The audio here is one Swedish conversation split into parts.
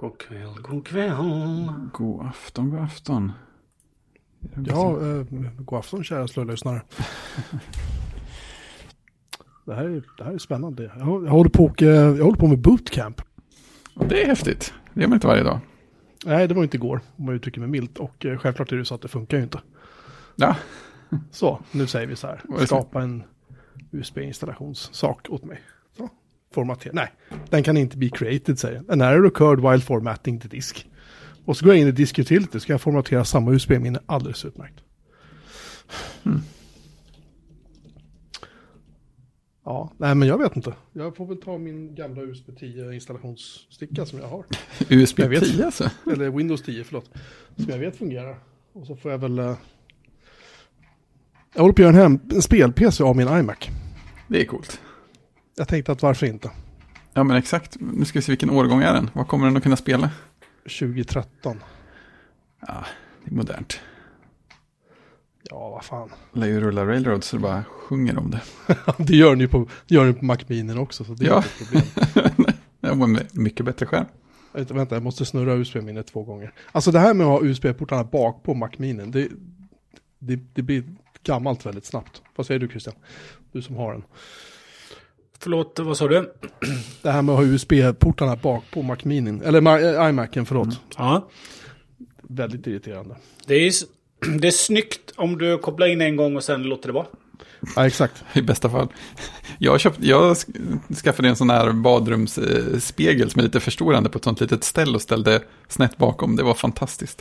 God kväll, god kväll. God afton, god afton. Ja, god afton kära slölyssnare. Det här är spännande. Jag håller på med bootcamp. Och det är häftigt. Det gör man inte varje dag. Nej, det var inte igår, om jag uttrycker mig milt. Och självklart är det så att det funkar ju inte. Ja. Så, nu säger vi så här. Skapa en USB-installationssak åt mig. Så, formatera. Nej, den kan inte bli created, säger den. An error occurred while formatting the disk. Och så går jag in i disk utility, ska jag formatera samma USB-minne alldeles utmärkt. Ja, nej men jag vet inte. Jag får väl ta min gamla USB 10 installationssticka som jag har. USB 10 alltså? Eller Windows 10, förlåt. Som jag vet fungerar. Och så får jag väl... Jag håller på att göra en spel-PC av min iMac. Det är coolt. Jag tänkte att varför inte? Ja men exakt. Nu ska vi se vilken årgång är den. Vad kommer den att kunna spela? 2013. Ja, det är modernt. Ja, vad fan. Lär ju rulla Railroad så det bara sjunger om det. Det gör ni på Mac Mini också, så det är inte ett problem. Det var mycket bättre skärm. Vänta, jag måste snurra USB-minnet 2 gånger. Alltså det här med att ha USB-portarna bak på Mac Mini, det blir gammalt väldigt snabbt. Vad säger du, Christian? Du som har den. Förlåt, vad sa du? Det här med att ha USB-portarna bak på Mac Mini. Eller iMacen, förlåt. Ja. Väldigt irriterande. Det är snyggt om du kopplar in en gång och sen låter det vara. Ja, exakt. I bästa fall. Jag skaffade en sån här badrumsspegel som är lite förstorande på ett sånt litet ställ och ställde snett bakom. Det var fantastiskt.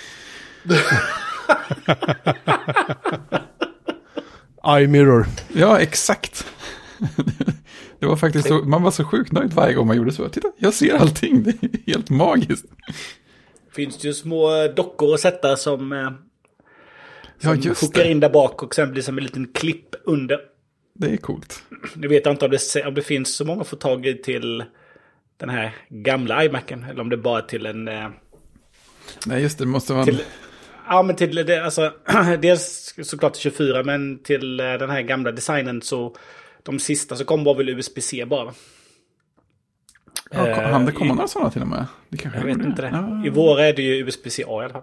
iMirror. Ja, exakt. Det var faktiskt så, man var så sjukt nöjd varje gång man gjorde så. Titta, jag ser allting. Det är helt magiskt. Finns det ju små dockor att sätta som hookar in där bak och sen blir det som en liten klipp under. Det är coolt. Nu vet jag inte om det finns så många att få tag i till den här gamla iMacen. Eller om det bara till en... Nej, just det. Det måste vara... Ja, men till det, alltså, dels såklart till 24, men till den här gamla designen så de sista så kom bara väl USB-C bara. Ja, det kommer några sådana till och med. Jag vet inte det. Ja. I vår är det ju USB-C-A i alla fall.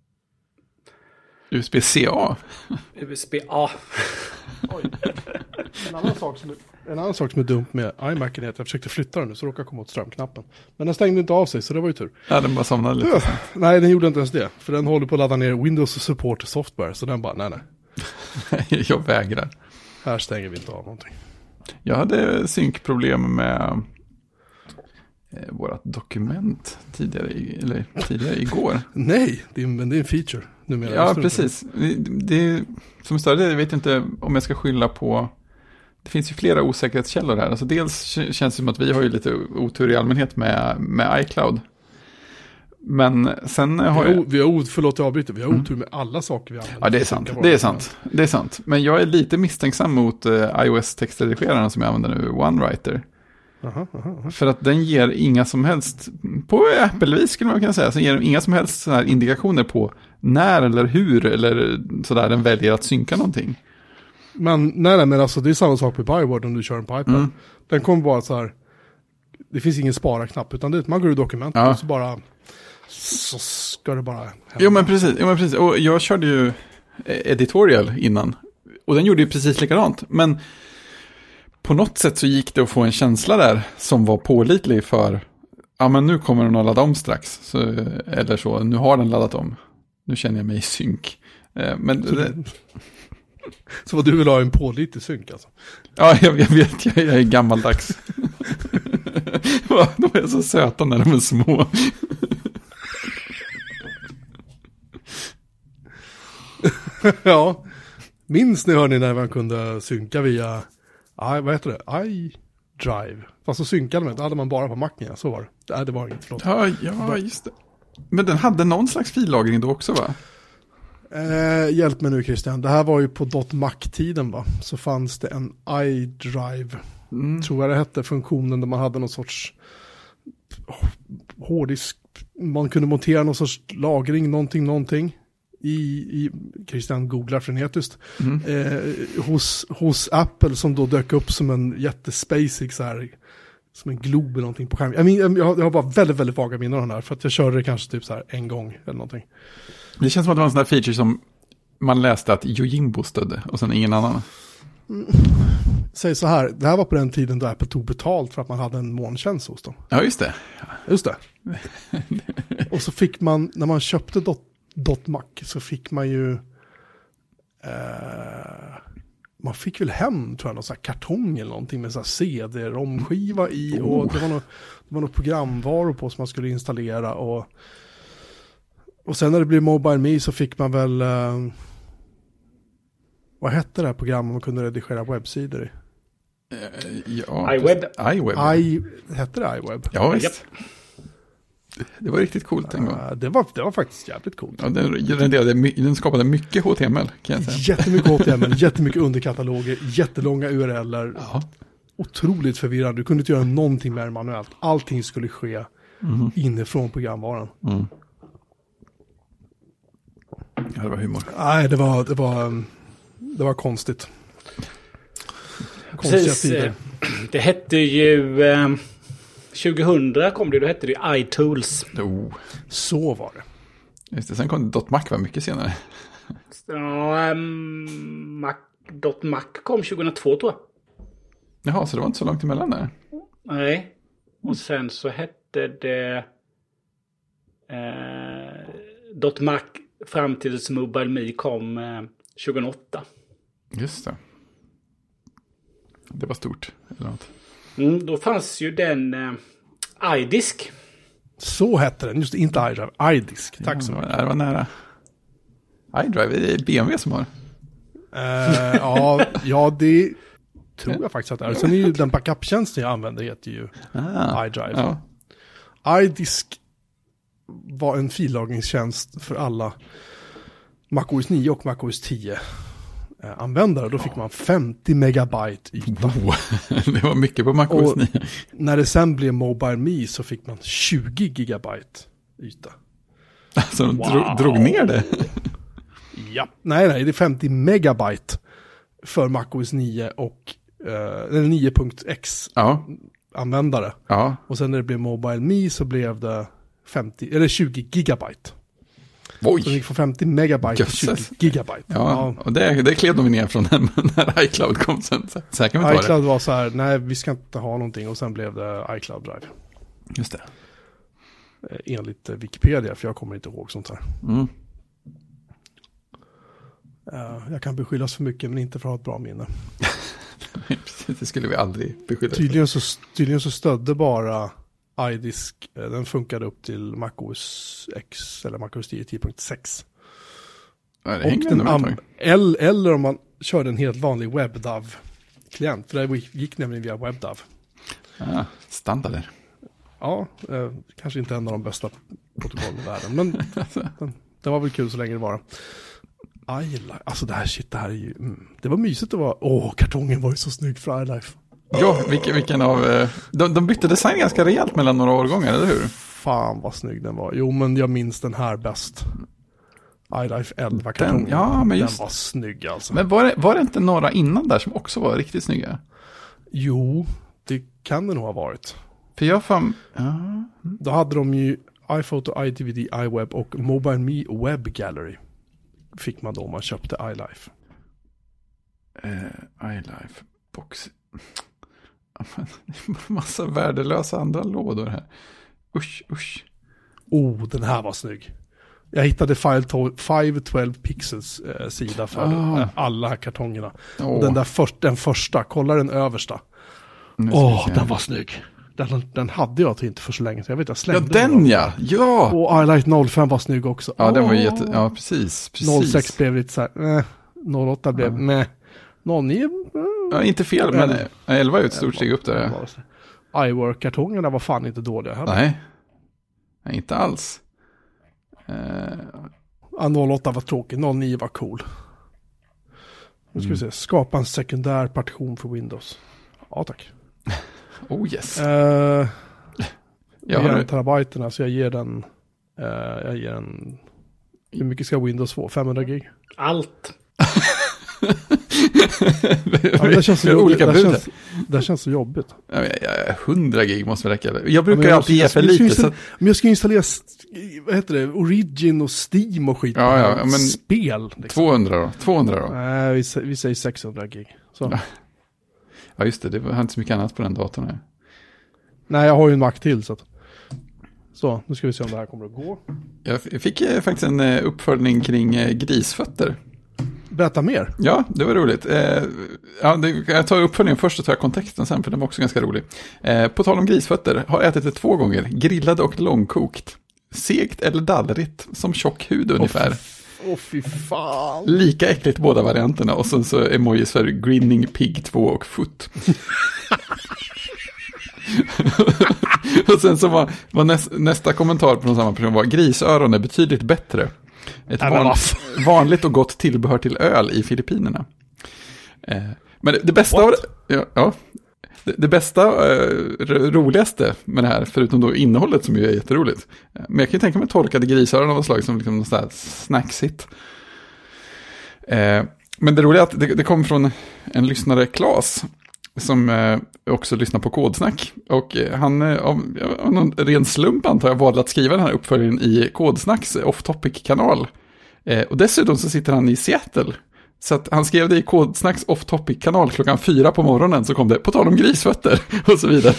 USB-C-A? USB-A. Oj. En annan sak som är dumt med iMacen är att jag försökte flytta den nu så råkade jag komma åt strömknappen. Men den stängde inte av sig, så det var ju tur. Ja, den bara somnade lite. Nej, den gjorde inte ens det. För den håller på att ladda ner Windows Support Software. Så den bara, nej. Jag vägrar. Här stänger vi inte av någonting. Jag hade synkproblem med vårat dokument tidigare igår. Nej, men det är en feature. Numera. Ja, precis. Det som större, jag vet inte om jag ska skylla på... Det finns ju flera osäkerhetskällor här. Alltså dels känns det som att vi har ju lite otur i allmänhet med iCloud. Men sen har förlåt jag avbryter. Vi har otur med alla saker vi använder. Ja, det är sant. Men jag är lite misstänksam mot iOS-textredigerarna som jag använder nu, OneWriter. Aha. För att den ger inga som helst, på Apple-vis skulle man kunna säga, så ger den inga som helst sådana här indikationer på när eller hur eller sådär den väljer att synka någonting. Men alltså det är samma sak med Byword om du kör en på iPad. Den kommer bara så här, det finns ingen spara-knapp utan man går i dokumentet och så ska det bara hända. Jo men precis. Och jag körde ju editorial innan och den gjorde ju precis likadant. Men på något sätt så gick det att få en känsla där som var pålitlig för men nu kommer den att ladda om strax. Eller så, nu har den laddat om. Nu känner jag mig i synk. Så vad du vill ha en pålitlig synk alltså? Ja, jag vet. Jag är gammaldags. De är så söta när de är små. Ja. Minns ni hörni när man kunde synka via vad heter det? iDrive. Fast så synkade man, då hade man bara på Macen, så var det. Nej, det var inget, förlåt. Ja, just det. Men den hade någon slags fillagring då också, va? Hjälp mig nu, Christian. Det här var ju på .Mac-tiden, va? Så fanns det en iDrive. Tror jag det hette, funktionen där man hade någon sorts hårddisk. Man kunde montera någon sorts lagring, någonting. I Christian googlar frenetiskt hos Apple som då dök upp som en jättespacig så här som en glob eller någonting på skärmen. Jag har bara väldigt, väldigt vaga minnen av den här. För att jag körde det kanske typ så här en gång eller någonting. Det känns som att det var en sån där feature som man läste att Yojimbo stödde och sen ingen annan. Säg så här, det här var på den tiden då Apple tog betalt för att man hade en molntjänst hos dem. Ja, just det. Just det. Och så fick man, när man köpte .Mac så fick man ju man fick väl hem, tror jag, någon sån här kartong eller någonting med så här CD-romskiva i och det var något programvaror på som man skulle installera och sen när det blev Mobile Me så fick man väl vad hette det här programmet man kunde redigera webbsidor i? Ja, iWeb. Hette det iWeb? Ja, visst. Det var riktigt coolt en gång. Det var faktiskt jävligt coolt. Ja, den skapade mycket HTML, kan jag säga. Jättemycket HTML, jättemycket underkataloger, jättelånga URLer. Ja. Otroligt förvirrande. Du kunde inte göra någonting med det manuellt. Allting skulle ske inifrån programvaran. Mm. Ja, det var humor. Nej, det var konstigt. Konstiga tider. Det hette ju 2000 kom det, då hette det iTools. Så var det. Just det, sen kom .Mac var mycket senare. Ja, .Mac kom 2002 tror jag. Jaha, så det var inte så långt emellan där. Nej. Och sen så hette det .Mac fram tills Mobile Me kom 2008. Just det. Det var stort. Eller något. Då fanns ju den iDisk. Så hette den, just inte iDrive, iDisk. Tack så mycket. Det var nära. iDrive, är det BMW som har? Ja, det tror jag faktiskt att det är. Sen är ju den backup-tjänsten jag använder heter ju iDrive. Ja. iDisk var en fillagringstjänst för alla macOS 9 och macOS 10 användare. Då fick man 50 megabyte yta. Wow. Det var mycket på macOS 9. När det sen blev Mobile Me så fick man 20 gigabyte yta. Alltså de drog ner det? Ja, nej, det är 50 megabyte för macOS 9 och 9.x användare. Ja. Och sen när det blev Mobile Me så blev det 20 gigabyte. Oj. Så vi får 50 megabyte och 20 gigabyte. Ja, och det klev de ner från den när iCloud kom sen. Så här kan vi ta iCloud var så här, nej vi ska inte ha någonting och sen blev det iCloud Drive. Just det. Enligt Wikipedia, för jag kommer inte ihåg sånt här. Mm. Jag kan beskyllas för mycket men inte för att ha ett bra minne. Det skulle vi aldrig beskylla. Tydligen så stödde bara iDisk, den funkade upp till macOS X eller macOS 10.6. Eller om man körde en helt vanlig WebDAV-klient, för det gick nämligen via WebDAV. Standarder. Ja, kanske inte en av de bästa protokollen i världen, men det var väl kul så länge det var. Alltså det här är ju, det var mysigt att vara, kartongen var ju så snygg för iLife. Ja, vilken av... De bytte design ganska rejält mellan några årgångar, eller hur? Fan vad snygg den var. Jo, men jag minns den här bäst. iLife 11-kartongen. Ja, men just... Den var snygg alltså. Men var det inte några innan där som också var riktigt snygga? Jo, det kan det nog ha varit. För jag Då hade de ju iPhoto, iDVD, iWeb och Mobile Me Web Gallery. Fick man då om man köpte iLife. iLife box... Massa värdelösa andra lådor här. Usch. Den här var snygg. Jag hittade 512 pixels sida för alla kartongerna. Och den första, kolla den översta. Den var snygg. Den hade jag inte för så länge så jag vet jag slängde den. Ja. Och iLight 05 var snygg också. Ja, den var precis. 06 blev lite så här, 08 blev 09. Ja, inte fel, men 11 är ett stort steg upp där. iWork-kartongerna var fan inte dåliga heller. Nej, inte alls. 08 var tråkig, 09 var cool. Nu ska vi se, skapa en sekundär partition för Windows. Ja, tack. Oh yes. Jag ger terabyterna så jag ger den hur mycket ska Windows få? 500 gig? Allt. det känns så olika bud. Det känns så jobbigt. 100 gig måste väl räcka. Jag brukar alltid ge för lite. Men jag ska installera, vad heter det, Origin och Steam och skit. Men spel. Liksom. 200 då? Nej, vi säger 600 gig. Så. Ja, just det. Det har inte så mycket annat på den datorn här. Nej, jag har ju en Mac till. Så, nu ska vi se om det här kommer att gå. Jag fick faktiskt en uppföljning kring grisfötter. Berätta mer. Ja, det var roligt. Jag tar uppföljningen först och tar kontexten sen, för den var också ganska rolig. På tal om grisfötter, har ätit det 2 gånger. Grillade och långkokt. Segt eller dallrigt, som tjock hud ungefär. Fy fan. Lika äckligt båda varianterna. Och sen så emojis för grinning pig 2 och foot. Och sen så var nästa kommentar på någon samma person var: grisöron är betydligt bättre. Ett vanligt och gott tillbehör till öl i Filippinerna. Men det bästa av det bästa, roligaste med det här, förutom då innehållet som ju är jätteroligt. Men jag kan ju tänka mig torkade grisöron av något slag som liksom något sådär snacksigt. Men det roliga är att det kom från en lyssnare, Claes, som också lyssnar på Kodsnack. Och han av någon ren slump antar jag valde att skriva den här uppföljningen i Kodsnacks off-topic-kanal. Och dessutom så sitter han i Seattle. Så att han skrev det i Kodsnacks off-topic-kanal 4:00 på morgonen, så kom det på tal om grisfötter och så vidare.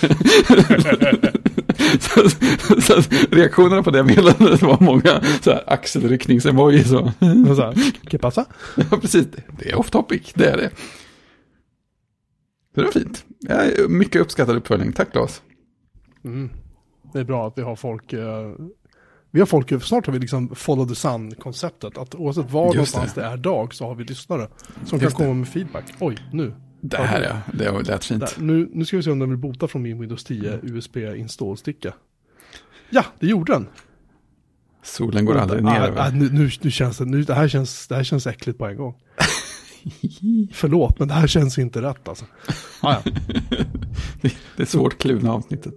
så reaktionerna på det meddelandet var många så här axelrycknings-emojis. Så ¿Qué pasa? Ja, precis. Det är off-topic, det är det. Det var fint. Mycket uppskattad uppföljning. Tack, Claes. Det är bra att vi har folk... snart har vi liksom follow the sun-konceptet. Att oavsett var någonstans det är dag så har vi lyssnare som kan komma med feedback. Oj, nu. Det här det lät fint. Nu ska vi se om den vill bota från min Windows 10 USB-install-sticka. Ja, det gjorde den. Solen går aldrig ner. Nu känns det här känns äckligt på en gång. Förlåt, men det här känns inte rätt alltså. Det är svårt kluna avsnittet.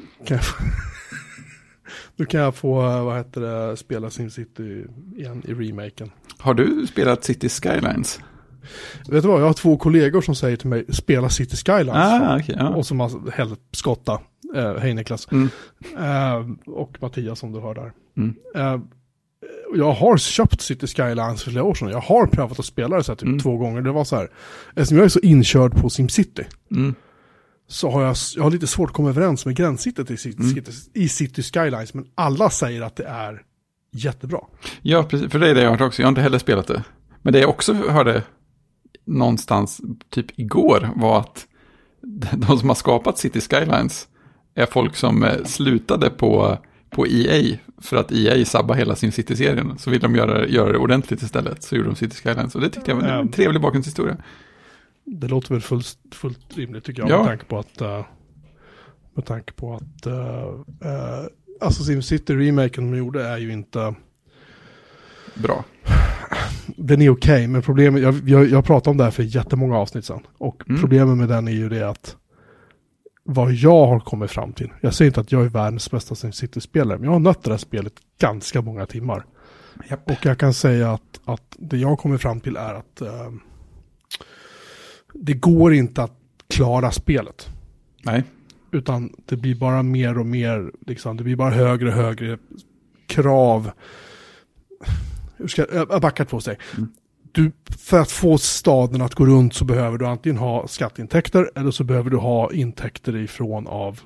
Nu kan jag få, spela SimCity igen i remaken. Har du spelat City Skylines? Vet du vad, jag har 2 kollegor som säger till mig, spela City Skylines. Och som har hällt skotta. Hej Niklas. Och Mattias som du hör där. Jag har köpt City Skylines för flera år sedan. Jag har prövat att spela det så här, typ 2 gånger. Det var så här, eftersom jag är så inkörd på SimCity. Så har jag har lite svårt att komma överens med gränssittet i City Skylines. Men alla säger att det är jättebra. Ja, precis. För det är det jag har hört också. Jag har inte heller spelat det. Men det jag också hörde någonstans typ igår var att de som har skapat City Skylines är folk som slutade på EA för att EA sabbar hela sin City-serien. Så vill de göra det ordentligt istället. Så gjorde de City Skylines. Och det tyckte jag var en trevlig bakgrundshistoria. Det låter väl fullt rimligt tycker jag. Ja. Med tanke på att alltså SimCity remaken de gjorde är ju inte bra. Den är okej, men problemet, jag pratade om det här för jättemånga avsnitt sedan. Och problemet med den är ju det att vad jag har kommit fram till. Jag säger inte att jag är världens bästa SimCity-spelare, men jag har nött det här spelet ganska många timmar. Japp. Och jag kan säga att det jag har kommit fram till är att det går inte att klara spelet. Nej. Utan det blir bara mer och mer, liksom, det blir bara högre och högre krav. Jag backar på sig. För att få staden att gå runt så behöver du antingen ha skatteintäkter eller så behöver du ha intäkter ifrån av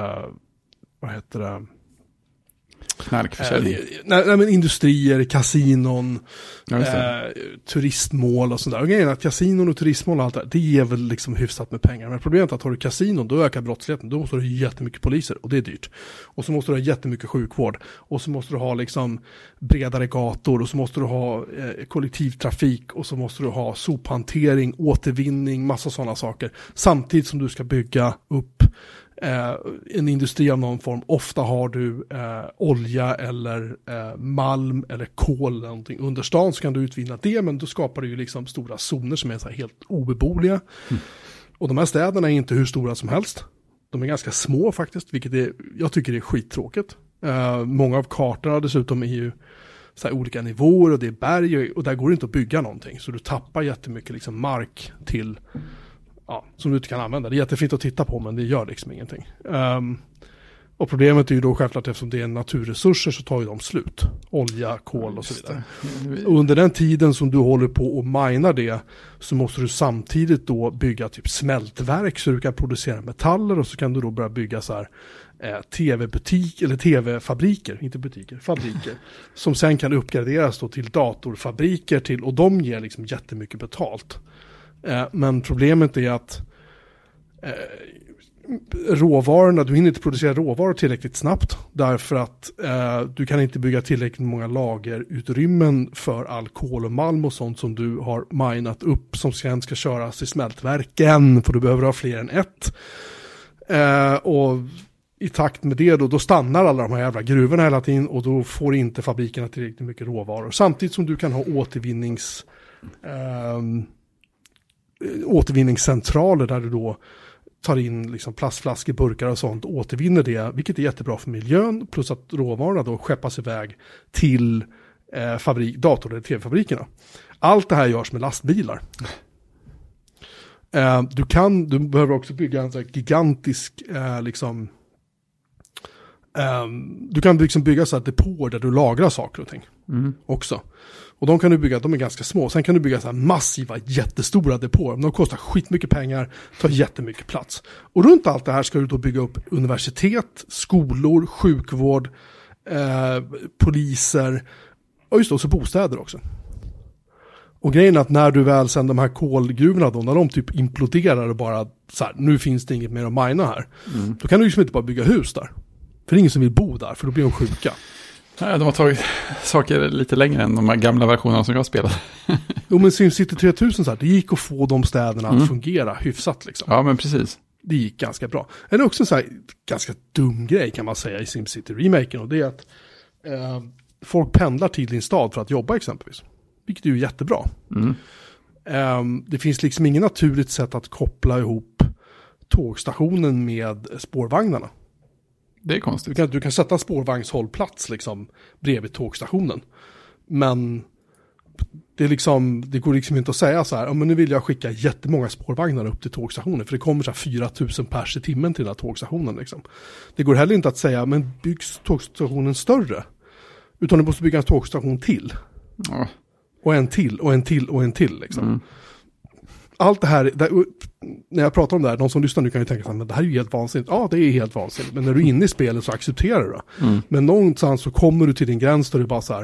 knarkförsäljning. Men industrier, kasinon, turistmål och sådär. Och grejen är att kasinon och turistmål och allt det ger väl liksom hyfsat med pengar. Men problemet är att har du kasinon, då ökar brottsligheten. Då måste du ha jättemycket poliser och det är dyrt. Och så måste du ha jättemycket sjukvård. Och så måste du ha liksom bredare gator och så måste du ha kollektivtrafik och så måste du ha sophantering, återvinning, massa sådana saker. Samtidigt som du ska bygga upp en industri av någon form. Ofta har du olja eller malm eller kol eller någonting. Under stan så kan du utvinna det, men då skapar du ju liksom stora zoner som är så här helt obeboeliga. Och de här städerna är inte hur stora som helst. De är ganska små faktiskt, vilket jag tycker är skittråkigt. Många av kartorna dessutom är ju så här olika nivåer och det är berg och där går det inte att bygga någonting. Så du tappar jättemycket liksom mark till, som du inte kan använda. Det är jättefint att titta på, men det gör liksom ingenting. Och problemet är ju då självklart, eftersom det är naturresurser så tar ju de slut. Olja, kol och så vidare. Och under den tiden som du håller på och minar det så måste du samtidigt då bygga typ smältverk så du kan producera metaller, och så kan du då börja bygga så här tv-butik eller tv-fabriker, inte butiker, fabriker som sen kan uppgraderas då till datorfabriker och de ger liksom jättemycket betalt. Men problemet är att råvarorna, du hinner inte producera råvaror tillräckligt snabbt därför att du kan inte bygga tillräckligt många lagerutrymmen för all kol och malm och sånt som du har minat upp som sen ska köras i smältverken, för du behöver ha fler än ett. Och i takt med det då stannar alla de här jävla gruvorna hela tiden och då får inte fabrikerna tillräckligt mycket råvaror. Samtidigt som du kan ha återvinningscentraler där du då tar in liksom plastflaskor, burkar och sånt och återvinner det, vilket är jättebra för miljön, plus att råvarorna då skeppas iväg till dator- eller tv-fabrikerna. Allt det här görs med lastbilar. Du behöver också bygga en sån här gigantisk du kan liksom bygga så här depåer där du lagrar saker och ting också. Och de kan du bygga, de är ganska små. Sen kan du bygga så här massiva, jättestora depåer. De kostar skitmycket pengar, tar jättemycket plats. Och runt allt det här ska du då bygga upp universitet, skolor, sjukvård, poliser och just också bostäder också. Och grejen är att när du väl sen de här kolgruvorna då, när de typ imploderar och bara så här, nu finns det inget mer att mina här. Då kan du liksom inte bara bygga hus där. För det är ingen som vill bo där, för då blir de sjuka. Nej, de har tagit saker lite längre än de här gamla versionerna som jag spelade. Jo, men SimCity 3000 så här, det gick att få de städerna att fungera hyfsat liksom. Ja, men precis. Det gick ganska bra. Eller också en så här ganska dum grej kan man säga i SimCity-remaken, och det är att folk pendlar till din stad för att jobba exempelvis. Vilket är ju jättebra. Det finns liksom ingen naturligt sätt att koppla ihop tågstationen med spårvagnarna. Det är konstigt. Du kan sätta spårvagnshållplats liksom bredvid tågstationen. Men det går liksom inte att säga så här, men nu vill jag skicka jättemånga spårvagnar upp till tågstationen, för det kommer så här 4000 pers i timmen till den här tågstationen liksom. Det går heller inte att säga, men byggs tågstationen större? Utan du måste bygga en tågstation till. Ja. Och en till, och en till, och en till liksom. Allt det här, när jag pratar om det här, de som lyssnar nu kan ju tänka sig, men det här är ju helt vansinnigt. Ja, det är helt vansinnigt. Men när du är inne i spelet så accepterar du det. Men någonstans så kommer du till din gräns där du bara så här,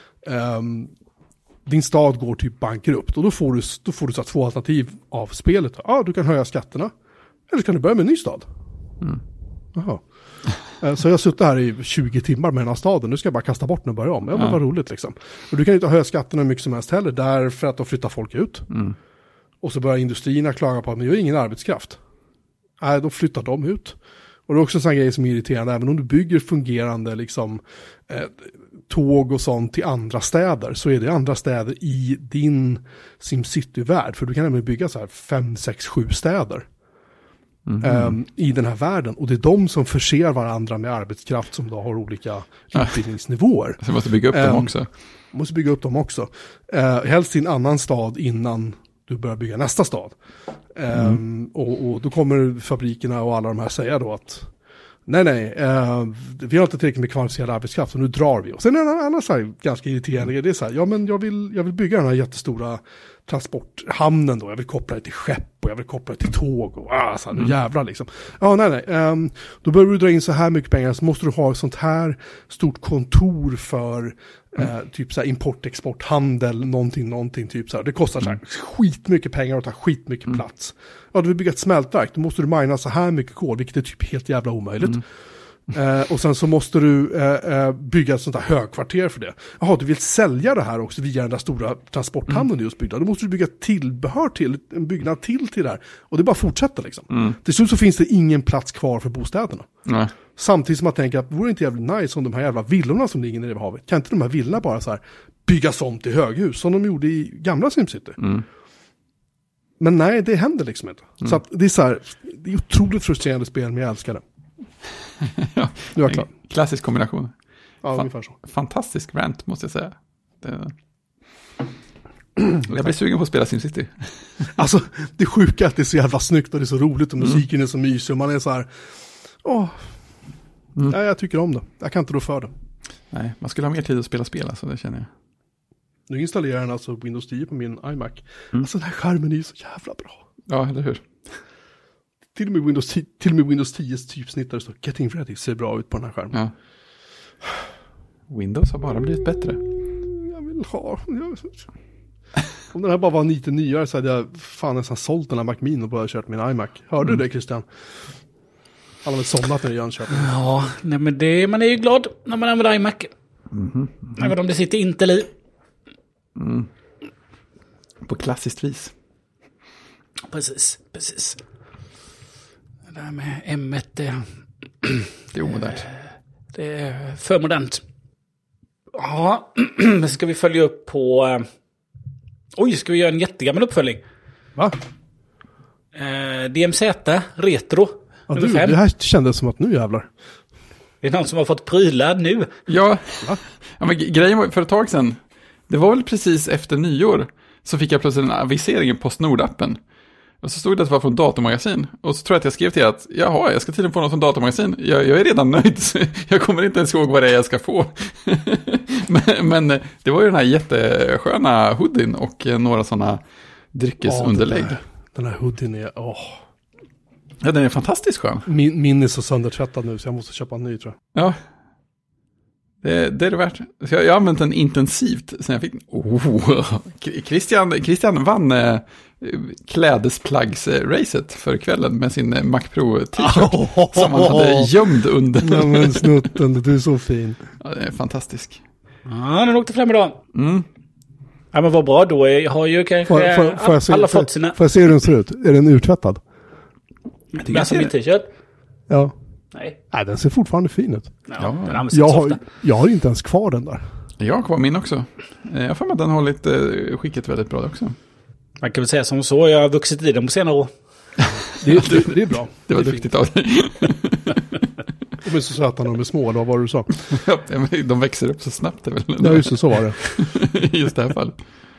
din stad går typ bankrupt. Och då får du så här 2 alternativ av spelet. Ja, du kan höja skatterna. Eller så kan du börja med en ny stad. Jaha. Så jag har suttit här i 20 timmar med den här staden. Nu ska jag bara kasta bort den och börja om. Ja, men vad roligt liksom. Och du kan inte höja skatterna hur mycket som helst heller, därför att de flyttar folk ut. Och så börjar industrierna klaga på att man gör ingen arbetskraft. Nej, då flyttar de ut. Och det är också en sån grej som är irriterande. Även om du bygger fungerande liksom, tåg och sånt till andra städer, så är det andra städer i din SimCity-värld. För du kan nämligen bygga så här 5, 6, 7 städer i den här världen. Och det är de som förser varandra med arbetskraft som då har olika utbildningsnivåer. Så du måste bygga upp dem också. Måste bygga upp dem också. Helst i en annan stad innan du börjar bygga nästa stad. Och då kommer fabrikerna och alla de här säga då att nej, vi har inte tillräckligt med kvalificerad arbetskraft, så nu drar vi. Och sen en annan så här ganska irriterande grej, det är så här, ja men jag vill bygga den här jättestora transporthamnen då, jag vill koppla det till skepp och jag vill koppla det till tåg och så här, nu jävlar liksom. Ja, nej, då behöver du dra in så här mycket pengar, så måste du ha ett sånt här stort kontor för typ så här import, export, handel, någonting typ så här. Det kostar så här skitmycket pengar och tar skitmycket plats. Ja, du vill bygga ett smältverk, då måste du mina så här mycket kol, vilket är typ helt jävla omöjligt. Och sen så måste du bygga ett sånt här högkvarter för det. Jaha, du vill sälja det här också via den där stora transporthandeln du just byggde. Då måste du bygga tillbehör till, en byggnad till det här. Och det bara fortsätter liksom. Till slut så finns det ingen plats kvar för bostäderna. Samtidigt som man tänker att vore inte jävligt nice om de här jävla villorna som ligger nere i havet. Kan inte de här villorna bara så här byggas om till höghus som de gjorde i gamla SimCity? Men nej, det händer liksom inte. Så att det är så här, det är otroligt frustrerande spel, men jag älskar det. Ja, du var klar. Klassisk kombination. ungefär så. Fantastisk rant, måste jag säga. Jag blir sugen på att spela SimCity. Alltså, det sjuka är att det är så jävla snyggt och det är så roligt och musiken är så mysig och man är så här, ja, jag tycker om det. Jag kan inte rå för det. Nej, man skulle ha mer tid att spela spel, alltså, det känner jag. Nu installerar jag alltså Windows 10 på min iMac. Alltså den här skärmen är ju så jävla bra. Ja, eller hur? Till och med Windows 10s typsnitt där det står Getting Ready ser bra ut på den här skärmen. Ja. Windows har bara blivit bättre. Jag vill ha... Om den här bara var 99 så hade jag fan nästan sålt den här Mac Mini och bara kört min iMac. Hörde du det, Christian? Han har väl somnat när det gör en köp. Ja, nej, men man är ju glad när man använder iMac. Även om det sitter Intel i. På klassiskt vis. Precis. Det där med M1 det är omodernt. det är för modernt. Ja, men ska vi följa upp på... ska vi göra en jättegammal uppföljning? Va? DMZ Retro. Ja, det här kändes som att nu jävlar. Det är någon som har fått prylar nu. Ja, men grejen var för ett tag sedan. Det var väl precis efter nyår. Så fick jag plötsligt en avisering i Postnord-appen. Och så stod det att det var från datamagasin. Och så tror jag att jag skrev till att jag ska tydligen få något från datamagasin. Jag är redan nöjd. Jag kommer inte ens ihåg vad det är jag ska få. men det var ju den här jättesköna hoodien och några sådana dryckesunderlägg. Den här hoodien är... Ja, den är fantastiskt skön. Min är så söndertvättad nu så jag måste köpa en ny, tror jag. Ja. Det är det värt. Så jag har använt den intensivt sen jag fick... Christian vann klädesplaggsracet för kvällen med sin Mac Pro t-shirt som han hade gömd under. Nej, men snutten, du är så fin. Ja, det är fantastisk. Ja, den åkte fram idag. Ja, men vad bra då. Jag har ju kanske alla fått sina... Får jag se hur den ser ut? Är den urtvättad? Men som min t-shirt? Ja. Nej, den ser fortfarande fin ut. Ja. Jag har inte ens kvar den där. Jag har kvar min också. Jag får med att den har lite skicket väldigt bra också. Man kan väl säga som så, jag har vuxit i den på senare år. Det är bra. Det var duktigt av dig. De är så söta när de är små, då var du sa. Ja, men de växer upp så snabbt. Ja, just det, så var det. Just det här fallet.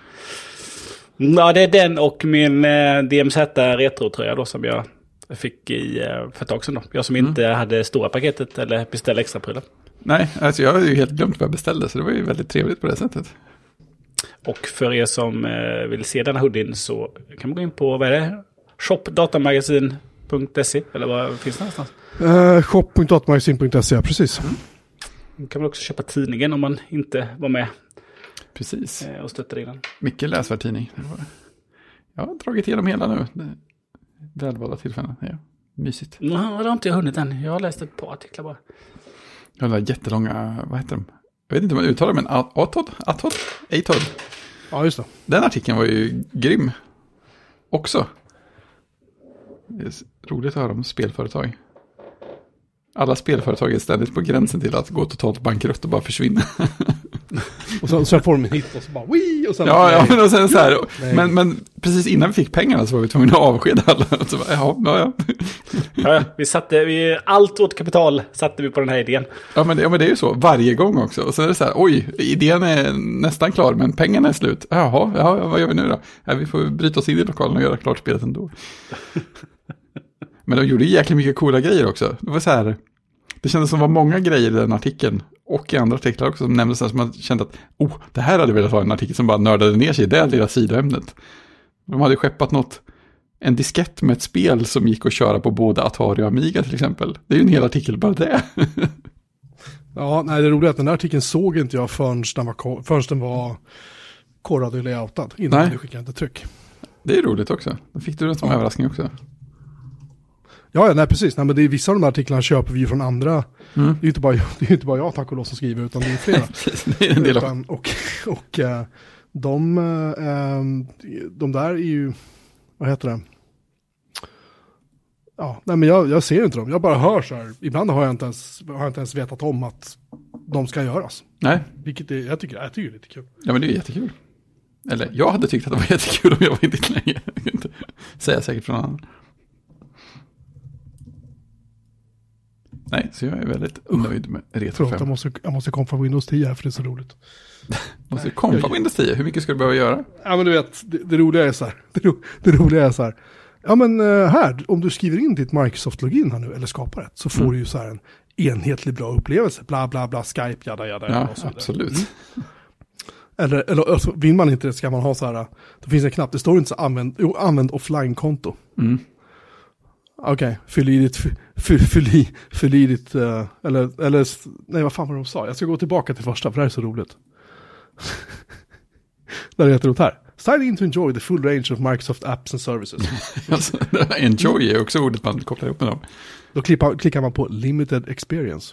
Ja, det är den och min DMZ Retro-tröja då som jag fick för ett tag sedan då. Jag som inte hade stora paketet eller beställde extra prylar. Nej, alltså jag har ju helt glömt vad jag beställde, så det var ju väldigt trevligt på det sättet. Och för er som vill se denna hoodien så kan man gå in på, vad är det? shopdatamagasin.se eller vad finns det någonstans? Shop.datamagasin.se, precis. Man kan väl också köpa tidningen om man inte var med. Precis. Och stötta den. Mycket läsvärd tidning. Jag har dragit igenom hela nu. Välvalda tillfällen. Ja, mysigt. Det har inte jag hunnit än. Jag har läst ett par artiklar bara. De där jättelånga, vad heter de? Jag vet inte om man uttalar det, men Atod? Ja, just det. Den artikeln var ju grym. Också. Det är roligt att höra om spelföretag. Alla spelföretag är ständigt på gränsen till att gå totalt bankrutt och bara försvinna. Och så får de en hit och så bara wii, och sen men och sen så här, men precis innan vi fick pengarna så var vi tvungna att avskeda alla. Och så bara, ja, vi allt åt kapital satte vi på den här idén. Ja, men det är ju så varje gång också. Och så är det så här, oj, idén är nästan klar men pengarna är slut. Vad gör vi nu då? Ja, vi får bryta oss in i lokalen och göra klart spelet ändå. Men de gjorde jäkligt mycket coola grejer också. Det var så här, det kändes som var många grejer i den artikeln och i andra artiklar också som nämndes som man kände att det här hade velat vara en artikel som bara nördade ner sig i det lilla sidoämnet. De hade skeppat en diskett med ett spel som gick att köra på både Atari och Amiga till exempel. Det är ju en hel artikel bara det. Ja, nej, det roliga är att den här artikeln såg inte jag förrän den var korrad och layoutad. Innan du skickade inte tryck. Det är roligt också. Då fick du den som överraskning också. Ja, nej, precis. Nej, men det är vissa av de här artiklarna köper vi ju från andra. Det är ju inte bara jag, tack och lov, som skriver, utan det är flera. Det är en del av. Och de där är ju, vad heter det? Ja, nej, men jag ser inte dem. Jag bara hör så här. Ibland har jag inte ens vetat om att de ska göras. Nej. Vilket jag tycker är lite kul. Ja, men det är jättekul. Eller jag hade tyckt att det var jättekul om jag var inte länge. Jag kan inte säga säkert från annan. Nej, så jag är väldigt nöjd med Retro 5. Jag måste komma Windows 10 här för det är så roligt. Måste komma Windows 10? Hur mycket ska du behöva göra? Ja, men du vet, det roliga är så här. Det roliga är så här. Ja, men här, om du skriver in ditt Microsoft-login här nu, eller skapar ett, så får du ju så här en enhetlig bra upplevelse. Bla, bla, bla, Skype, jada. Ja, absolut. Eller alltså, vill man inte det ska man ha så här, det finns en knapp, det står inte så använd offline-konto. Okej, fyll i ditt, nej vad fan var det de sa? Jag ska gå tillbaka till första, för det här är så roligt. Där heter det här. Sign in to enjoy the full range of Microsoft apps and services. Alltså, enjoy är också ordet man kopplar ihop med dem. Då klickar man på limited experience.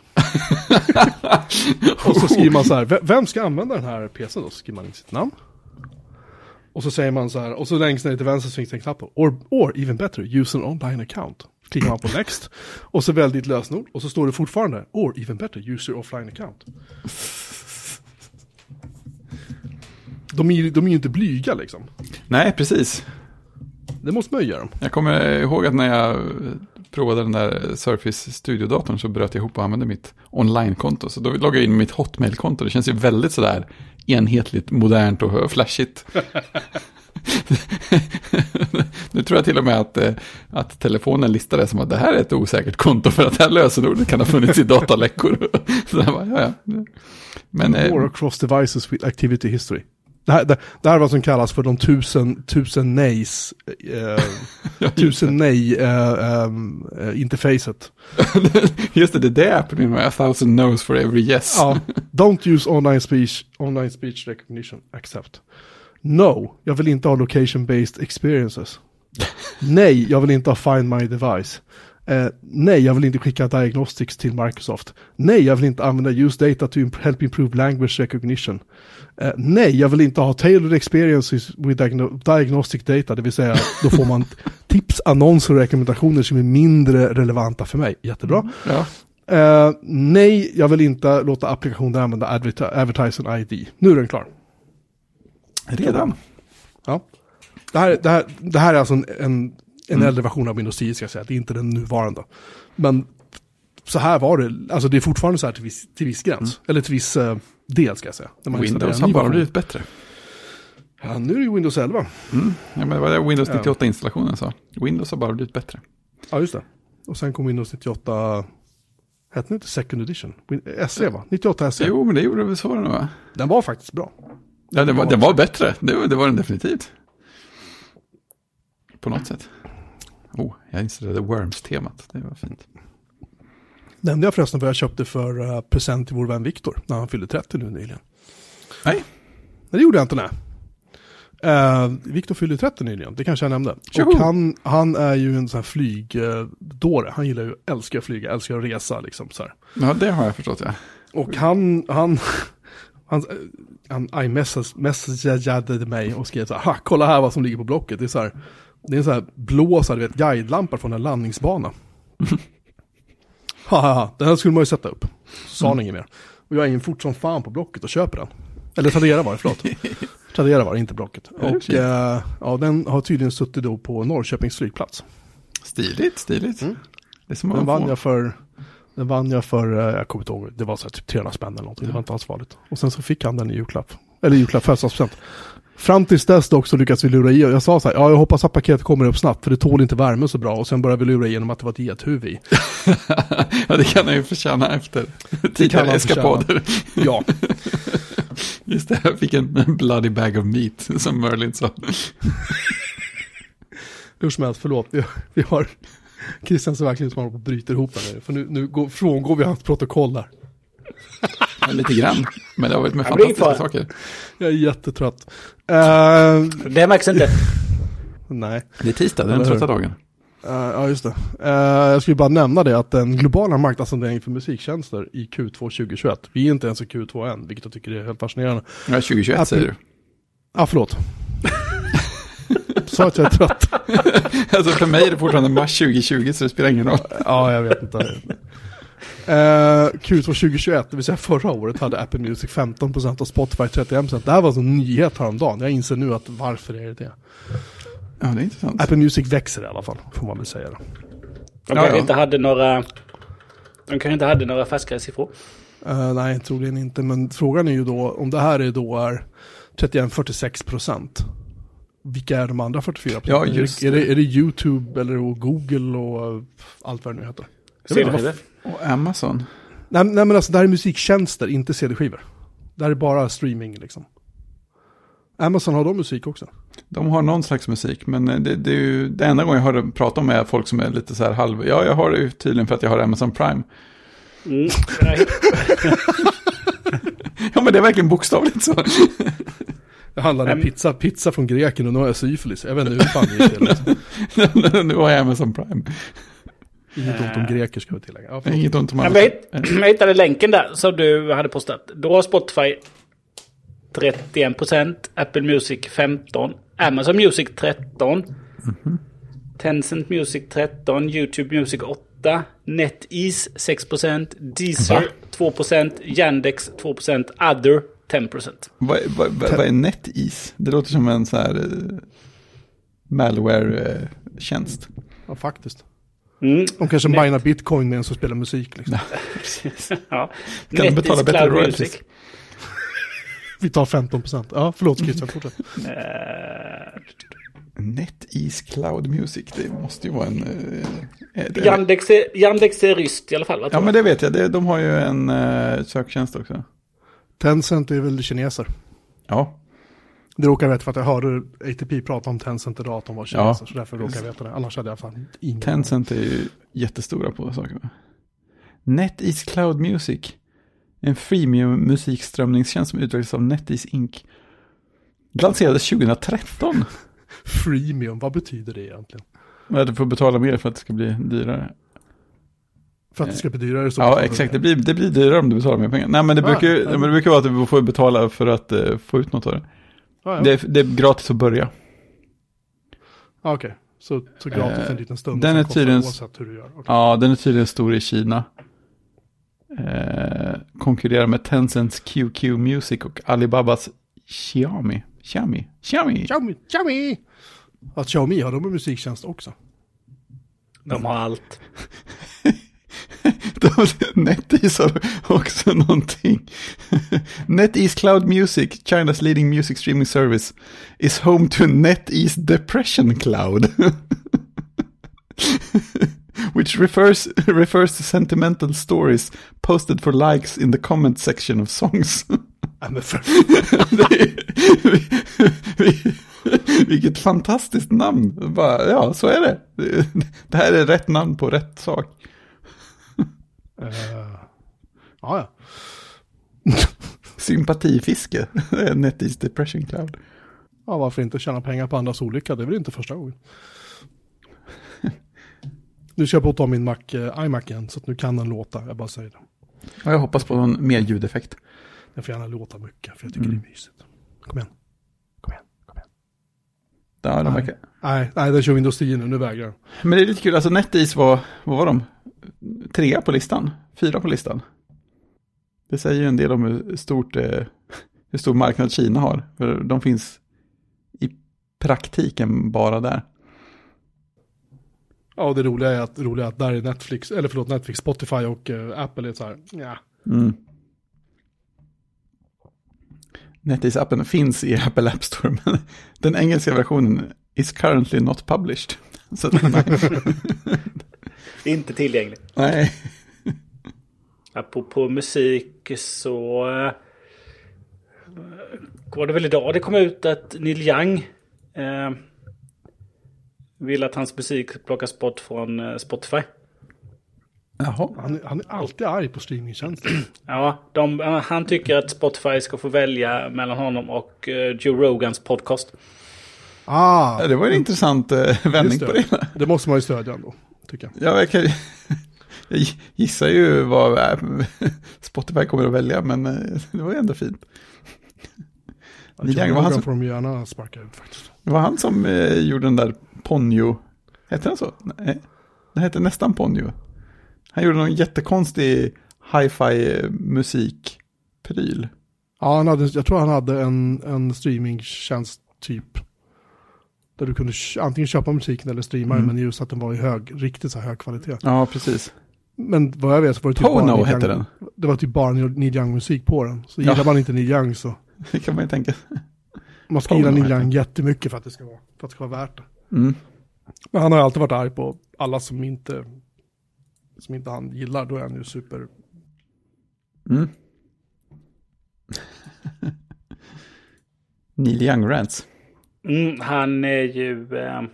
Och så skriver man så här, vem ska använda den här PC:n då? Så skriver man in sitt namn. Och så säger man så här, och så längst ner till vänster så finns det en knapp på. Or even better, use an online account. Klickar man på next. Och så väljer ditt lösenord. Och så står det fortfarande, or even better, use your offline account. De är ju inte blyga liksom. Nej, precis. Det måste man ju göra. Jag kommer ihåg att när jag provade den där Surface Studio-datorn så bröt jag ihop och använde mitt online-konto. Så då loggade jag in mitt Hotmail-konto. Det känns ju väldigt sådär enhetligt, modernt och flashigt. Nu tror jag till och med att telefonen listade som att det här är ett osäkert konto för att det här lösenordet kan ha funnits i dataläckor. Så jag bara, ja. Men, more across devices with activity history. Det här är vad som kallas för de 1000 neys interfacet. Just det är appen med 1000 no's for every yes. Ja, don't use online speech recognition, accept. No, jag vill inte ha location-based experiences. Nej, jag vill inte ha find my device. Nej, jag vill inte skicka diagnostics till Microsoft. Nej, jag vill inte använda use data to help improve language recognition. Nej, jag vill inte ha tailored experiences with diagnostic data, det vill säga då får man tips, annonser och rekommendationer som är mindre relevanta för mig. Jättebra. Ja. Nej, jag vill inte låta applikationen använda advertiser ID. Nu är den klar. Redan? Ja. Det här är alltså en äldre version av Windows 10 ska jag säga. Det är inte den nuvarande. Men så här var det. Alltså det är fortfarande så här till viss gräns. Eller till viss del ska jag säga. Windows har bara blivit bättre. Ja, nu är det ju Windows 11. Ja, men vad är Windows 98-installationen så? Windows har bara blivit bättre. Ja, just det. Och sen kom Windows 98... Hette det inte Second Edition? SE va? 98 SE. Jo, men det gjorde väl så den va? Den var faktiskt bra. Ja, den var bättre. Det var den definitivt. På något sätt. Jag installerade Worms-temat. Det var fint. Nämnde jag förresten vad jag köpte för present till vår vän Viktor när han fyllde 30 nu nyligen? Nej. Det gjorde jag inte, nej. Viktor fyllde 30 nyligen, det kanske jag nämnde. Tjoho! Och han är ju en sån här flygdåre. Han gillar ju, älskar att flyga, älskar att resa liksom så här. Ja, det har jag förstått, ja. Och han iMessagade mig och skrev så här, kolla här vad som ligger på blocket. Det är en så här blå så här, guidelampar från en landningsbana. Den här skulle man ju sätta upp. Sa han inget mer. Och jag är in fort som fan på blocket och köper den. Eller Tradera var det, förlåt. Tradera var det, inte blocket. Och den har tydligen suttit då på Norrköpings flygplats. Stiligt. Det är som den vann jag för, jag kommer inte ihåg, det var så här typ 300 spänn eller någonting. Det var inte alls farligt. Och sen så fick han den i julklapp. Eller julklapp, födelsedagspresent. Fram tills dess dock så lyckades vi lura i. Jag sa så här, jag hoppas att paketet kommer upp snabbt för det tål inte värme så bra. Och sen började vi lura igenom att det var ett gethuvud i. Ja, det kan han ju förtjäna efter tidigare eskapader. Ja. Just det, jag fick en bloody bag of meat som Merlin sa. Hur som helst, förlåt. Vi har Christian som verkligen som bryter ihop den nu. För nu frångår vi hans protokoll där. Lite grann, men det har varit med fantastiska saker. Jag är jättetrött. Det märks inte. Nej. Det är tisdag, den trötta dagen. Ja, just det. Jag skulle bara nämna det att den globala marknadsandelen för musiktjänster i Q2 2021, vi är inte ens i Q2 än, vilket jag tycker är helt fascinerande. Ja, 2021 säger du. Ja, förlåt. Så att jag är trött. Alltså för mig är det fortfarande mars 2020 så det spelar ingen roll. Ja, jag vet inte. Q2 2021, det vill säga förra året, hade Apple Music 15% och Spotify 31%. Det här var en nyhet häromdagen. Jag inser nu att varför är det? Ja, det är intressant. Apple Music växer i alla fall, får man väl säga. De kanske inte hade några De kanske inte hade några färskare siffror. Nej, troligen inte. Men frågan är ju då, om det här är 31-46%. Vilka är de andra 44%? Ja, just är det YouTube eller Google och allt vad det nu heter? CD-skivor. Och Amazon. Nej, men alltså det här är musiktjänster, inte CD-skivor. Det här är bara streaming liksom. Amazon, har de musik också? De har någon slags musik, men det är ju det enda gången jag hör dem prata med folk som är lite så här halv... Ja, jag har det ju tydligen för att jag har Amazon Prime. Mm. Ja, men det är verkligen bokstavligt så. Jag handlade pizza från greken och nu har jag syfilis. Jag vet inte hur fan det gick till. Liksom. Nu har jag Amazon Prime. Inget ont om greker ska vi tillägga. Ja, inget ont om jag hittade länken där som du hade postat. Då har Spotify 31%, Apple Music 15%, Amazon Music 13%, Tencent Music 13%, YouTube Music 8%, NetEase 6%, Deezer 2%, Yandex 2%, Other 10%. Vad är NetEase? Det låter som en så här malware-tjänst. Ja, faktiskt. De kanske minar bitcoin med en som spelar musik. Liksom. Ja. Kan du betala bättre royalties? Vi tar 15%. Ja, förlåt Christian, fortsätt. NetEase Cloud Music, det måste ju vara en... Yandex är ryskt i alla fall. Ja, men det vet jag. De har ju en söktjänst också. Tencent är väl kineser. Ja. Det råkar jag veta för att jag hörde ATP prata om Tencent idag, att de var kineser. Så därför råkar jag veta det. Annars hade jag fan ingen. Tencent är ju jättestora på saker. NetEase Cloud Music. En freemium musikströmningstjänst som utvecklades av NetEase Inc. Lanserades 2013. Freemium, vad betyder det egentligen? Du får betala mer för att det ska bli dyrare. För att det ska bli dyrare? Så ja, exakt. Det blir dyrare om du betalar mer pengar. Nej, men det brukar vara att du får betala för att få ut något av det. Det är gratis att börja. Okej. Så gratis en liten stund. Den är tydligen, oavsett hur du gör. Okay. Ja, den är tydligen stor i Kina. Konkurrerar med Tencents QQ Music och Alibabas Xiaomi. Att Xiaomi har de en musiktjänst också. De har allt. NetEase har också någonting. NetEase Cloud Music, China's leading music streaming service, is home to NetEase Depression Cloud. Which refers to sentimental stories posted for likes in the comment section of songs. Vilket fantastiskt namn. Ja, så är det. Det här är rätt namn på rätt sak. Ja. Sympatifiske. NetEase Depression Cloud. Ja, varför inte tjäna pengar på andras olycka? Det är väl inte första gången. Nu ska jag på ta min iMac igen, så att nu kan den låta. Jag bara säger det. Och jag hoppas på någon mer ljudeffekt. Jag får gärna låta mycket, för jag tycker det är mysigt. Kom igen. Ja, de verkar... Nej, den kör Windows 10 nu vägrar jag. Men det är lite kul, alltså NetEase vad var de? 3 på listan? 4 på listan? Det säger ju en del om hur stor marknad Kina har. För de finns i praktiken bara där. Ja, och det roliga är att där är Netflix, Spotify och Apple är så här, ja. NetEase-appen finns i Apple App Store, men den engelska versionen is currently not published. Så inte tillgänglig. Nej. Apropå musik så var det väl idag det kom ut att Neil Young vill att hans musik plockas bort från Spotify. Jaha. Han är alltid arg på streamingtjänsten. Ja, han tycker att Spotify ska få välja mellan honom och Joe Rogans podcast. Det var en intressant vändning på det. Det måste man ju stödja ändå, tycker jag. Ja, jag gissar ju vad Spotify kommer att välja, men det var ju ändå fint. Joe Rogan får de gärna sparka ut faktiskt. Det var han som gjorde den där Ponyo. Hette den så? Nej, den hette nästan Ponyo. Han gjorde någon jättekonstig hi-fi musikpryl. Ja, jag tror han hade en streamingtjänst typ. Där du kunde antingen köpa musiken eller streama den, men just att den var i riktigt så hög kvalitet. Ja, precis. Men vad jag vet så var det typ Pono bara hette den. Det var typ bara Neil Young-musik på den. Så gillar man inte Neil Young så... Det kan man ju tänka. Man ska gilla Neil Young jättemycket för att det ska vara värt det. Mm. Men han har alltid varit arg på alla som inte han gillar. Då är han ju super... Mm. Neil Young rants. Han är ju...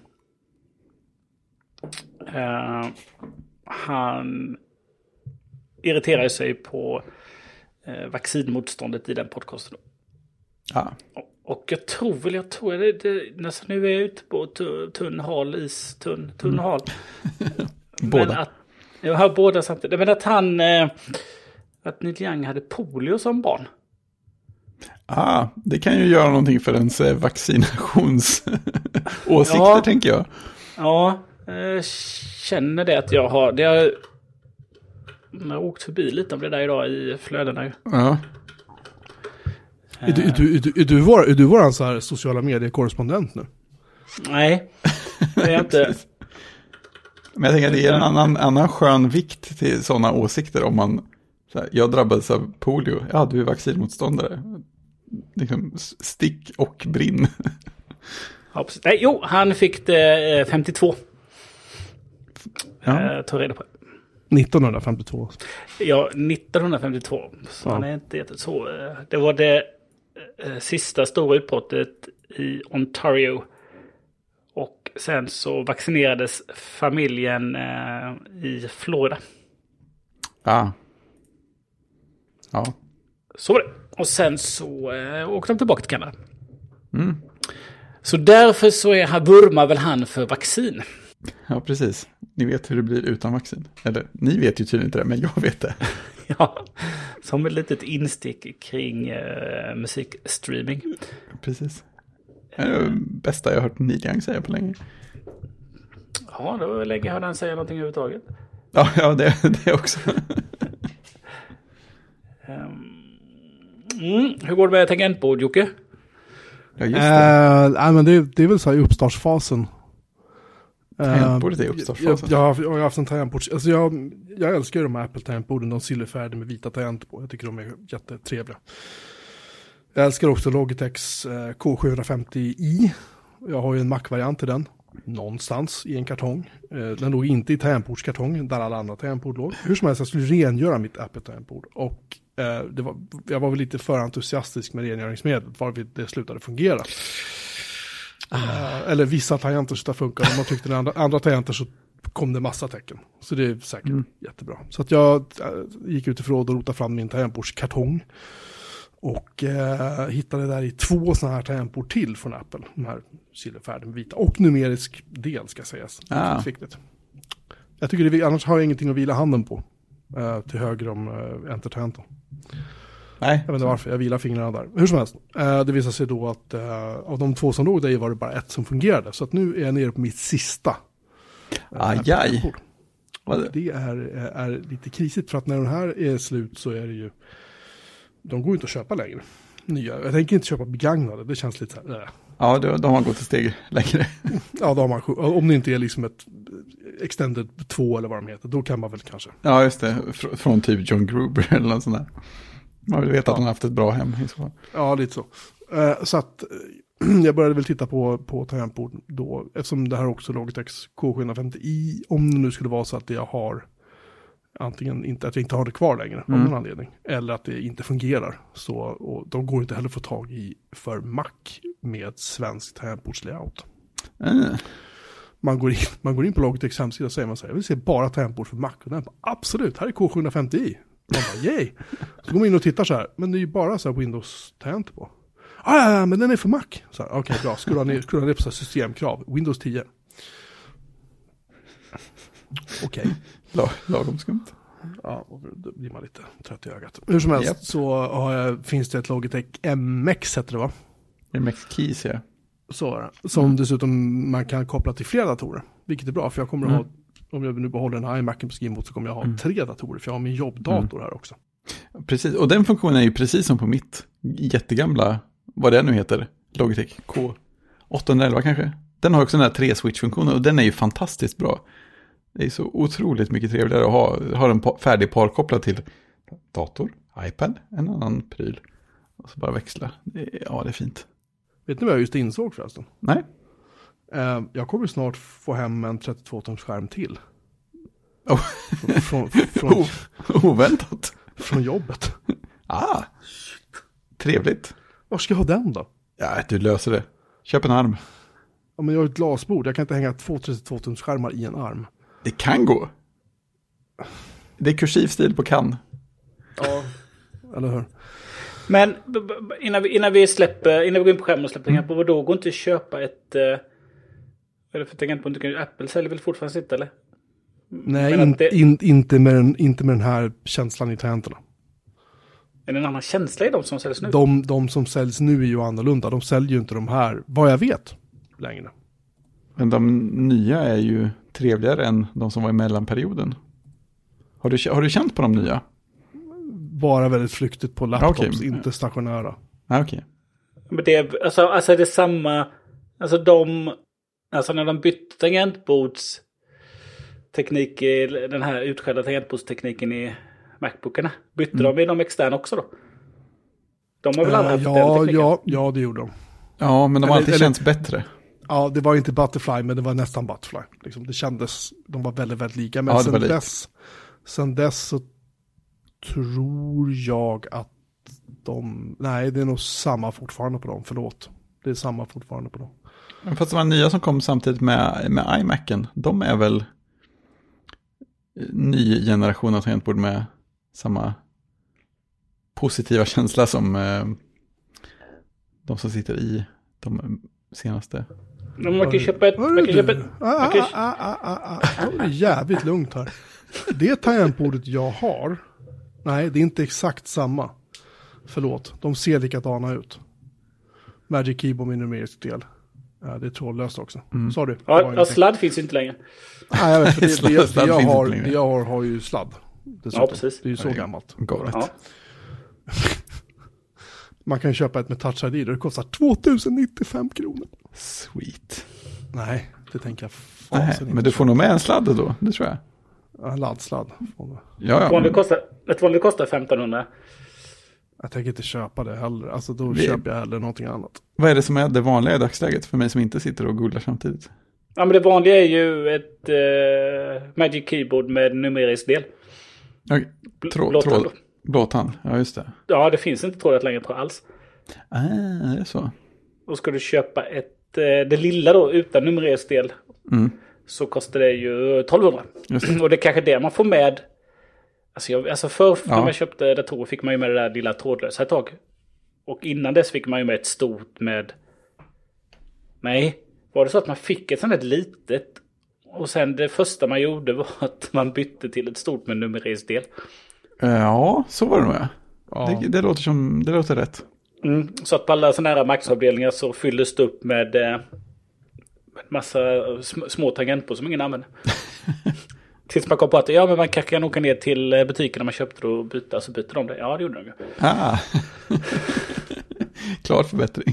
han irriterar sig på vaccinmotståndet i den podcasten. Ja. Och jag tror det nästan nu är jag ute på tunn hal. Båda. Jag har båda samtidigt. Men att Neil Young hade polio som barn. Det kan ju göra någonting för ens vaccinationsåsikter, tänker jag. Ja, jag känner det att jag har... Jag har åkt förbi lite av det där idag i flödena. Ja. Är du våran så här sociala mediekorrespondent nu? Nej, det är jag inte. Men jag tänker att det är en annan skön vikt till sådana åsikter om man... Så här, jag drabbades av polio. Ja, du är vaccinmotståndare. Liksom, stick och brinn. Ja, nej, han fick det 52. Ja. Ta reda på. 1952. Ja, 1952. Så han är inte så. Det var det sista stora utbrottet i Ontario. Och sen så vaccinerades familjen i Florida. Ja. Så var det. Och sen så åkte de tillbaka till Kanada. Mm. Så därför så vurmar väl han för vaccin. Ja, precis. Ni vet hur det blir utan vaccin. Eller, ni vet ju tydligen inte det, men jag vet det. Ja, som ett litet instick kring musikstreaming. Precis. Det är det bästa jag har hört Neil Young säga på länge. Ja, det var länge hörde han säga någonting överhuvudtaget. Ja, det också. Hur går det med tangentbord, Jocke? Ja, just det. Nej, men det är väl så här i uppstartsfasen. Tangentbordet är i uppstartsfasen. Jag har haft en tangentbord. Alltså jag älskar de här Apple-tangentborden, de silverfärdiga med vita tangenter på. Jag tycker de är jättetrevliga. Jag älskar också Logitechs K750i. Jag har ju en Mac-variant till den. Någonstans i en kartong. Den låg inte i tangentbordskartongen där alla andra tangentbord låg. Hur som helst, jag skulle rengöra mitt Apple-tangentbord. Och jag var väl lite för entusiastisk med rengöringsmedel varvid det slutade fungera. Eller vissa tangenter slutade funka. Om man tyckte andra tangenter så kom det massa tecken. Så det är säkert jättebra. Så att jag gick ut i förråd och rotade fram min tangentbordskartong. Och hittade där i 2 sådana här tangentbord till från Apple. De här silverfärdiga med vita. Och numerisk del ska sägas. Det är viktigt. Jag tycker annars har jag ingenting att vila handen på. Till höger om enter-tangenten. Nej. Jag vet inte varför, jag vilar fingrarna där. Hur som helst, det visade sig då att av de 2 som låg där var det bara ett som fungerade. Så att nu är jag nere på mitt sista. Ajaj. Det är lite krisigt för att när den här är slut så är det ju... De går inte att köpa längre. Nya. Jag tänker inte köpa begagnade, det känns lite så här... Ja, de har gått ett steg längre. Ja, de har, om det inte är liksom ett Extended 2 eller vad de heter, då kan man väl kanske. Ja, just det. Från typ John Gruber eller något sånt där. Man vill veta att han har haft ett bra hem i så fall. Ja, lite så. Så att jag började väl titta på tangentbord då, eftersom det här också Logitechs K750i, om det nu skulle vara så att jag har antingen inte, att jag inte har det kvar längre av någon anledning, eller att det inte fungerar. Så, och de går inte heller att få tag i för Mac med svensk tangentbordslayout. Man går in på Logitechs hemsida och säger man så här, jag vill se bara tangentbord för Mac. Och den bara, absolut, här är K750i. Man bara, yay! Så går man in och tittar så här, men det är ju bara så här Windows-tangenter på. Ja, men den är för Mac. Så här, okej, bra. Skruva ner på så här systemkrav. Windows 10. Okej. Lagom skumt. Ja, då blir man lite trött i ögat. Hur som helst så finns det ett Logitech MX heter det, va? MX Keys, ja. Så är det. Som dessutom man kan koppla till flera datorer. Vilket är bra, för jag kommer att ha, om jag nu behåller den här iMacen på Skinboot så kommer jag ha 3 datorer. För jag har min jobbdator här också. Precis, och den funktionen är ju precis som på mitt jättegamla, vad det nu heter, Logitech K811 kanske. Den har också den här 3-switch-funktionen och den är ju fantastiskt bra. Det är så otroligt mycket trevligare att ha den färdig parkopplad till dator, iPad, en annan pryl. Och så bara växla. Det är fint. Vet ni vad jag just insåg förresten? Nej. Jag kommer snart få hem en 32-tums skärm till. Oh. Från Oväntat. Från jobbet. Trevligt. Var ska jag ha den då? Ja, du löser det. Köp en arm. Ja, men jag har ett glasbord. Jag kan inte hänga 2 32-tums skärmar i en arm. Det kan gå. Det är kursiv stil på kan. Ja, eller hur? Men innan vi går in på skärmen och släpper pengar på, vad då går inte att köpa ett... Eller för tangentbord, Apple säljer väl fortfarande sitt, eller? Nej, inte med den här känslan i tangenterna. Är det en annan känsla i de som säljs nu? De som säljs nu är ju annorlunda. De säljer ju inte de här, vad jag vet, längre. Men de nya är ju trevligare än de som var i mellanperioden. Har du känt på de nya? Bara väldigt flyktigt på laptops, inte stationära. Okej. Men det är alltså det är samma... Alltså när de bytte tangentbordsteknik, den här utskällda tangentbordstekniken i MacBookarna, bytte de i de externa också då? De har väl aldrig haft den tekniken? Ja, det gjorde de. Ja, men de har alltid känts bättre. Ja, det var inte Butterfly, men det var nästan Butterfly. Liksom, det kändes, de var väldigt, väldigt lika. Men sen dess så tror jag att nej, det är nog samma fortfarande på dem, förlåt. Det är samma fortfarande på dem. Fast de var nya som kom samtidigt med iMacen, de är väl ny generation av tangentbord med samma positiva känsla som de som sitter i de senaste. Man kan köpa ett... Jävligt lugnt här. Det tangentbordet jag har, nej, det är inte exakt samma. Förlåt, de ser likadana ut. Magic Keyboard med numerisk del. Ja, det är trådlöst också. Sorry. Ja, sladd finns ju inte längre. Nej, jag vet, för det jag har ju sladd. Ja, precis. Det är ju så gammalt. Ja. Man kan köpa ett med Touch ID och det kostar 2095 kronor. Sweet. Nej, det tänker jag men du får nog med en sladd då, det tror jag. Ja, laddsladd. Ja. Ett vanligt kostar 1500. Jag tänker inte köpa det heller. Alltså då köper jag hellre någonting annat. Vad är det som är det vanliga i dagsläget för mig som inte sitter och googlar samtidigt? Ja, men det vanliga är ju ett Magic Keyboard med numerisk del. Blåtand, ja just det. Ja, det finns inte trådat längre tror jag alls. Det är så. Och ska du köpa det lilla då utan numerisk del så kostar det ju 1200. Och det är kanske det man får med. När man köpte datorer fick man ju med det där lilla trådlösa ett tag. Och innan dess fick man ju med ett stort med... Nej, var det så att man fick ett sånt här litet och sen det första man gjorde var att man bytte till ett stort med numerisk del. Ja, så var det nog ja. Det låter rätt. Så att på alla sådana här marknadsavdelningar så fylldes det upp med massa små tangentbord som ingen använder. Tills man kom på att men man kanske kan åka ner till butiken när man köpte det och byta, så bytte de det. Ja, det gjorde de ju. Klar förbättring.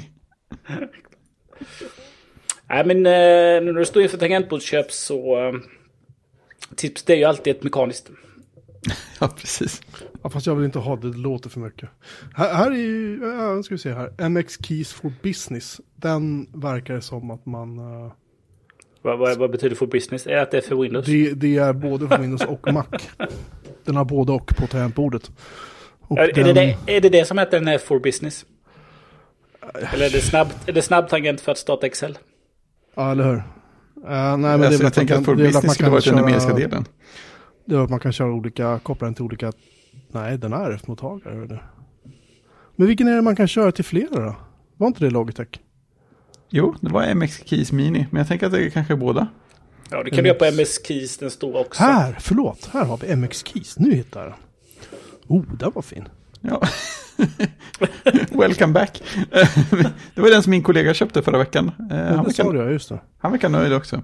Nej, men när du står inför tangentbordsköp så tips, det är ju alltid ett mekaniskt. Ja, precis. Ja, fast jag vill inte ha det, det låter för mycket. Här är ju, ska vi se här, MX Keys for Business. Den verkar som att man... Vad betyder for business? Är att det är för Windows? Det är både för Windows och Mac. Den har både och på tangentbordet. Är det som heter den här for business? Eller är det snabb tangent för att starta Excel? Ja, eller hur? Nej, men det jag tänker att for business skulle vara den numeriska delen. Det är att man kan köra olika, koppla den till olika... Nej, den är RF-mottagare. Men vilken är det man kan köra till flera då? Var inte det Logitech? Jo, det var MX Keys Mini. Men jag tänker att det är kanske båda. Ja, det kan du göra på MX Keys, den stora också. Här har vi MX Keys. Nu hittar jag den. Den var fin. Ja. Welcome back. Det var den som min kollega köpte förra veckan. Det sa jag, just det. Han verkar nöjd också.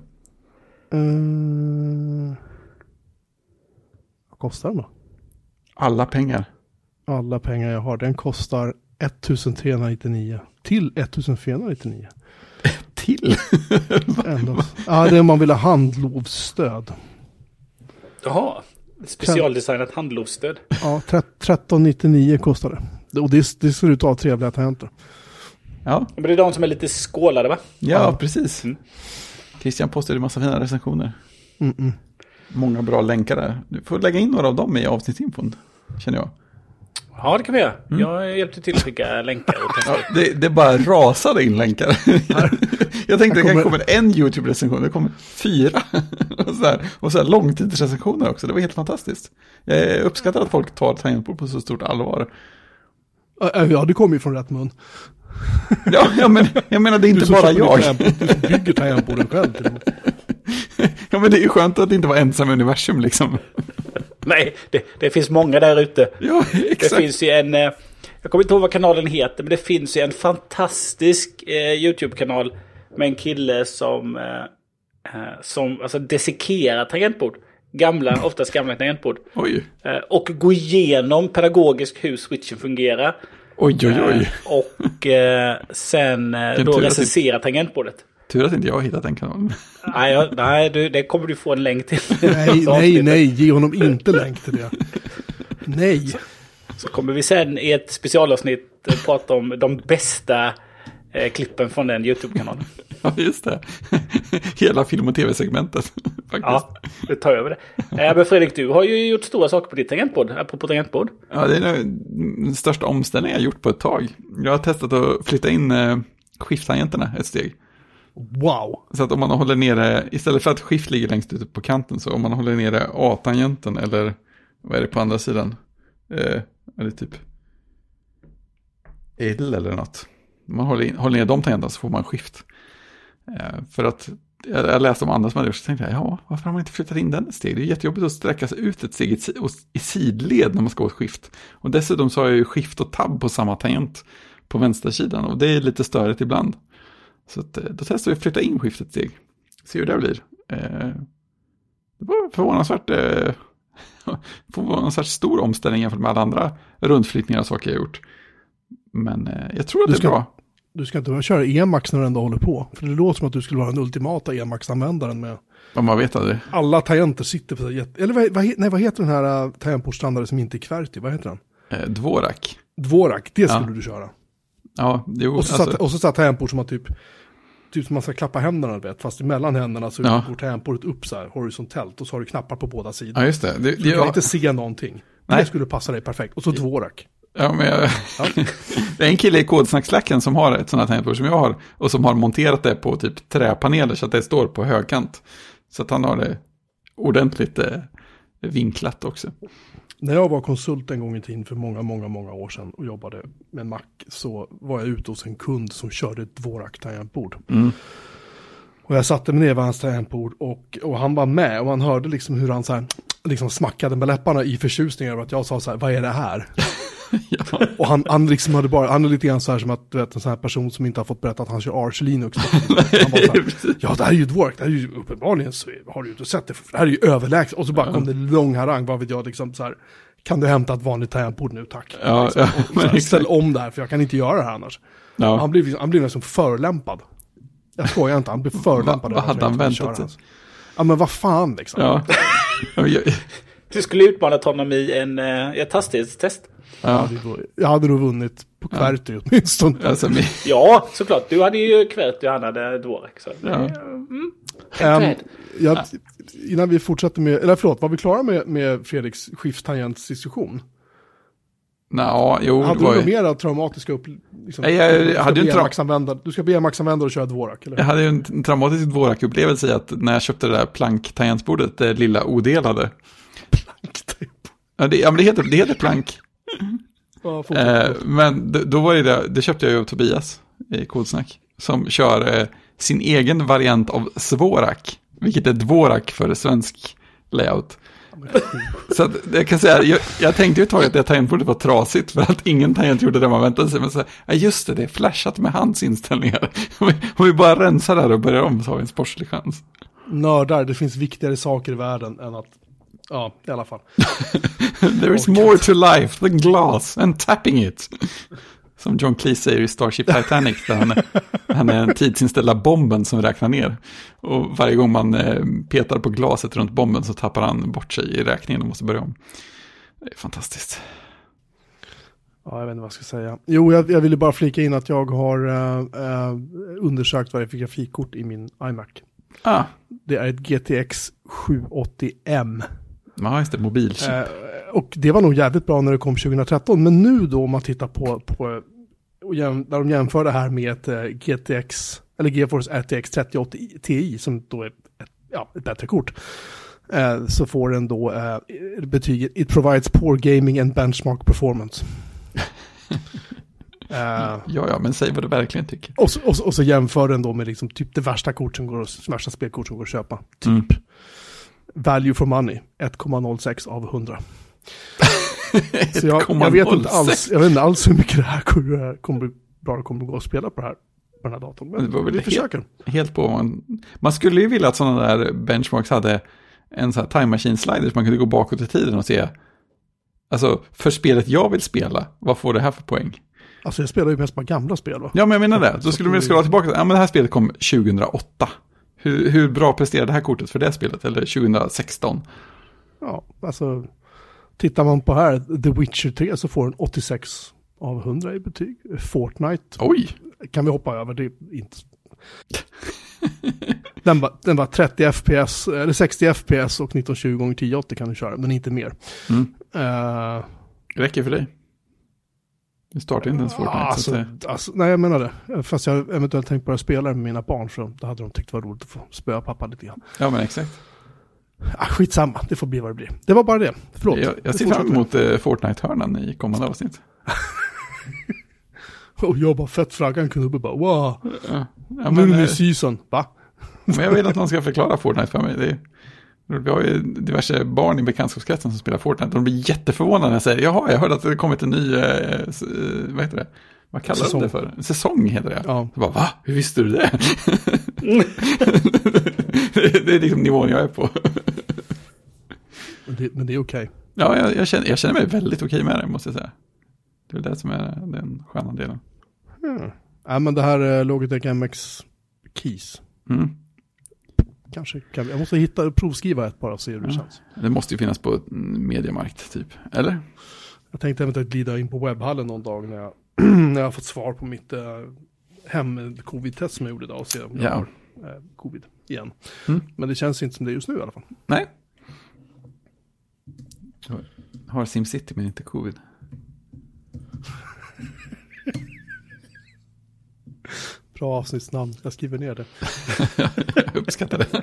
Vad kostar den då? Alla pengar Jag har. Den kostar 1399 till 1499. Till? Ja, det är om man vill ha handlovsstöd. Jaha, specialdesignat handlovsstöd. Ja, 13,99 kostar det. Och det ser ut att ha trevliga tangenter. Ja. Men det är de som är lite skålade, va? Ja, precis. Christian postade en massa fina recensioner. Många bra länkar där. Du får lägga in några av dem i avsnittsinfon, känner jag. Ja, det kan vi göra. Jag hjälpte till att skicka länkar och testa. Ja, det bara rasade in länkar. Jag tänkte det kan komma en YouTube-recension. Det kommer 4. och så här långtidsrecensioner också. Det var helt fantastiskt. Jag uppskattar att folk tar tangentbord på så stort allvar. Ja, det kommer ju från rätt mun. Ja, men jag menar det är inte bara jag. Du bygger tangentborden själv till dem. Ja, men det är ju skönt att det inte var ensam i universum liksom. Nej, det finns många där ute. Ja, exakt. Det finns ju en, jag kommer inte ihåg vad kanalen heter, men det finns ju en fantastisk YouTube-kanal med en kille som alltså dissekerar tangentbord. Oftast gamla tangentbord. Oj. Och gå igenom pedagogiskt hur switchen fungerar. Oj. Och sen då recensera tangentbordet. Tur att inte jag har hittat den kanalen. Nej, det kommer du få en länk till. Nej, ge honom inte länk till det. Nej. Så kommer vi sen i ett specialavsnitt prata om de bästa klippen från den YouTube-kanalen. Ja, just det. Hela film- och tv-segmentet. Faktiskt. Ja, det tar över det. Men Fredrik, du har ju gjort stora saker på ditt tangentbord, apropå tangentbord. Ja, det är den största omställningen jag gjort på ett tag. Jag har testat att flytta in skifttangenterna ett steg. Wow. Så att om man håller nere, istället för att skift ligger längst ute på kanten, så om man håller nere A-tangenten eller vad är det på andra sidan? Är det typ L eller något? Om man håller ner de tangenterna så får man skift. För att jag läste om andra som hade gjort, så tänkte jag, varför har man inte flyttat in den ett steg? Det är jättejobbigt att sträcka sig ut ett steg i sidled när man ska åt skift. Och dessutom så har jag ju skift och tab på samma tangent på vänstersidan, och det är lite störigt ibland. Så att, då testar vi att flytta in skiftet steg. Se hur det blir. Det var förvånansvärt stor omställning jämfört med alla andra rundflyttningar och saker jag gjort. Men jag tror att det är bra. Du ska inte köra Emax när du ändå håller på. För det låter som att du skulle vara den ultimata Emax-användaren med... Om man vet det. Alla tangenter sitter på... Eller vad heter den här tangentbordstandarden som inte är QWERTY? Vad heter den? Dvorak. Dvorak, det skulle du köra. Ja, jo, och så satt tangentbord som att typ som man ska klappa händerna, vet, fast emellan händerna så går tangentbordet upp så här horisontellt, och så har du knappar på båda sidor. Ja, just det. Du kan inte se någonting. Nej. Det skulle passa dig perfekt. Och så Dvorak. Ja, men det är en kille i Kodsnacksläcken som har ett sådant här tangentbord som jag har, och som har monterat det på typ träpaneler så att det står på högkant. Så att han har det ordentligt vinklat också. När jag var konsult en gång i tiden för många år sedan och jobbade med Mac, så var jag ute hos en kund som körde ett Dvorak-tangentbord. Och jag satte mig ner vid hans tangentbord och han var med, och man hörde liksom hur han så här, liksom smackade med läpparna i förtjusning över att jag sa så här, vad är det här? Ja. Och han liksom han är lite grann så här som att, du vet, en sån här person som inte har fått berätta att han kör Arch Linux. Han bara så här, ja, det här är ju Dvorak, det här är ju uppenbarligen, så har du ju inte sett det, för det här är ju överlägset. Och så bara kom det lång harang, vad vet jag, liksom så här, kan du hämta ett vanligt tangentbord nu, tack. Ja, liksom. Och så här, ställ om där, för jag kan inte göra det här annars. Ja. Han blir liksom förolämpad. Jag skojar inte, han blir förolämpad. Vad hade han väntat sig? Ja, men vad fan liksom. Ja. Du skulle utmana honom i ett hastighetstest. Ja. Jag hade nog vunnit på QWERTY åtminstone. Alltså, ja, såklart. Du hade ju QWERTY och han hade Dvorak. Så. Innan vi fortsätter med... Eller förlåt, var vi klara med Fredriks skifttangentdiskussion? Hade du mer traumatiska liksom, du ska be Emax-användare och köra Dvorak, eller? Jag hade ju en traumatisk Dvorak-upplevelse i att när jag köpte det där plank-tangentbordet, det lilla odelade. Plank? Ja, men det heter plank. Men då var det köpte jag ju av Tobias i Kodsnack, som kör sin egen variant av Svorak, vilket är Dvorak för svensk layout. Så att, jag kan säga, jag tänkte ju ett tag att det tangentbordet var trasigt för att ingen tangent gjorde det man väntade sig, men så just det är flashat med hans inställningar. Om vi bara rensar där och börjar om, så har vi en sportslig chans. Nördar, det finns viktigare saker i världen än att, ja, i alla fall. There is more to life than glass and tapping it. Som John Cleese säger i Starship Titanic, där han är den tidsinställda bomben som räknar ner. Och varje gång man petar på glaset runt bomben så tappar han bort sig i räkningen och måste börja om. Det är fantastiskt. Ja, jag vet inte vad jag ska säga. Jo, jag ville bara flika in att jag har undersökt vad det är för grafikkort i min iMac. Det är ett GTX 780M. Ja, just det, mobilchip. Och det var nog jävligt bra när det kom 2013. Men nu då, om man tittar på när de jämför det här med ett GTX, eller GeForce RTX 3080 Ti, som då är ett bättre kort, så får den då betyget "It provides poor gaming and benchmark performance". Ja, men säg vad du verkligen tycker. Och så jämför den då med liksom typ det värsta spelkort som går att köpa. Typ value for money, 1,06 av 100. Så jag vet inte alls hur mycket det här kommer att gå att spela på den här datorn. Men det var väl vi försöker. Helt på. Man skulle ju vilja att sådana där benchmarks hade en sån här time machine slider så man kunde gå bakåt i tiden och se, alltså för spelet jag vill spela, vad får det här för poäng? Alltså jag spelar ju mest på gamla spel, va? Ja, men jag menar det. Då skulle vi skala tillbaka. Ja, men det här spelet kom 2008. Hur bra presterade det här kortet för det spelet? Eller 2016? Ja, alltså tittar man på här, The Witcher 3, så får den 86 av 100 i betyg. Fortnite. Oj! Kan vi hoppa över, det är inte... den var 30 FPS, eller 60 FPS och 1920x1080 kan du köra, men inte mer. Räcker för dig? Du startar inte ens Fortnite. Nej, jag menar det. Fast jag eventuellt tänkt bara spela med mina barn, för då hade de tyckt det var roligt att få spöa pappa lite grann. Ja, men exakt. Skitsamma, det får bli vad det blir. Det var bara det. Förlåt. Jag ser fram emot Fortnite-hörnan i kommande avsnitt. Och jag bara fett flaggan kunde bara, wow. Ja, nu är det season, va? Men jag vill att någon ska förklara Fortnite för mig. Vi har ju diverse barn i bekantskapskretsen som spelar Fortnite. De blir jätteförvånade när jag säger, jaha, jag hörde att det kommit en ny, vad heter det? Vad kallar de det för? En säsong heter det. Ja. Så bara, va? Hur visste du det? Det är liksom nivån jag är på. Men det är okej. Ja, jag känner mig väldigt okej med det, måste jag säga. Det är det som är den sköna delen. Ja, men det här är Logitech MX Keys. Kanske kan jag måste provskriva ett par och se hur det känns. Det måste ju finnas på Mediamarkt typ, eller? Jag tänkte eventuellt glida in på webbhallen någon dag när jag har fått svar på mitt hem-covid-test som jag gjorde idag och se om jag har covid igen. Men det känns inte som det är just nu i alla fall. Nej. Jag har SimCity men inte covid. Bra avsnittsnamn, jag skriver ner det. Jag uppskattar det.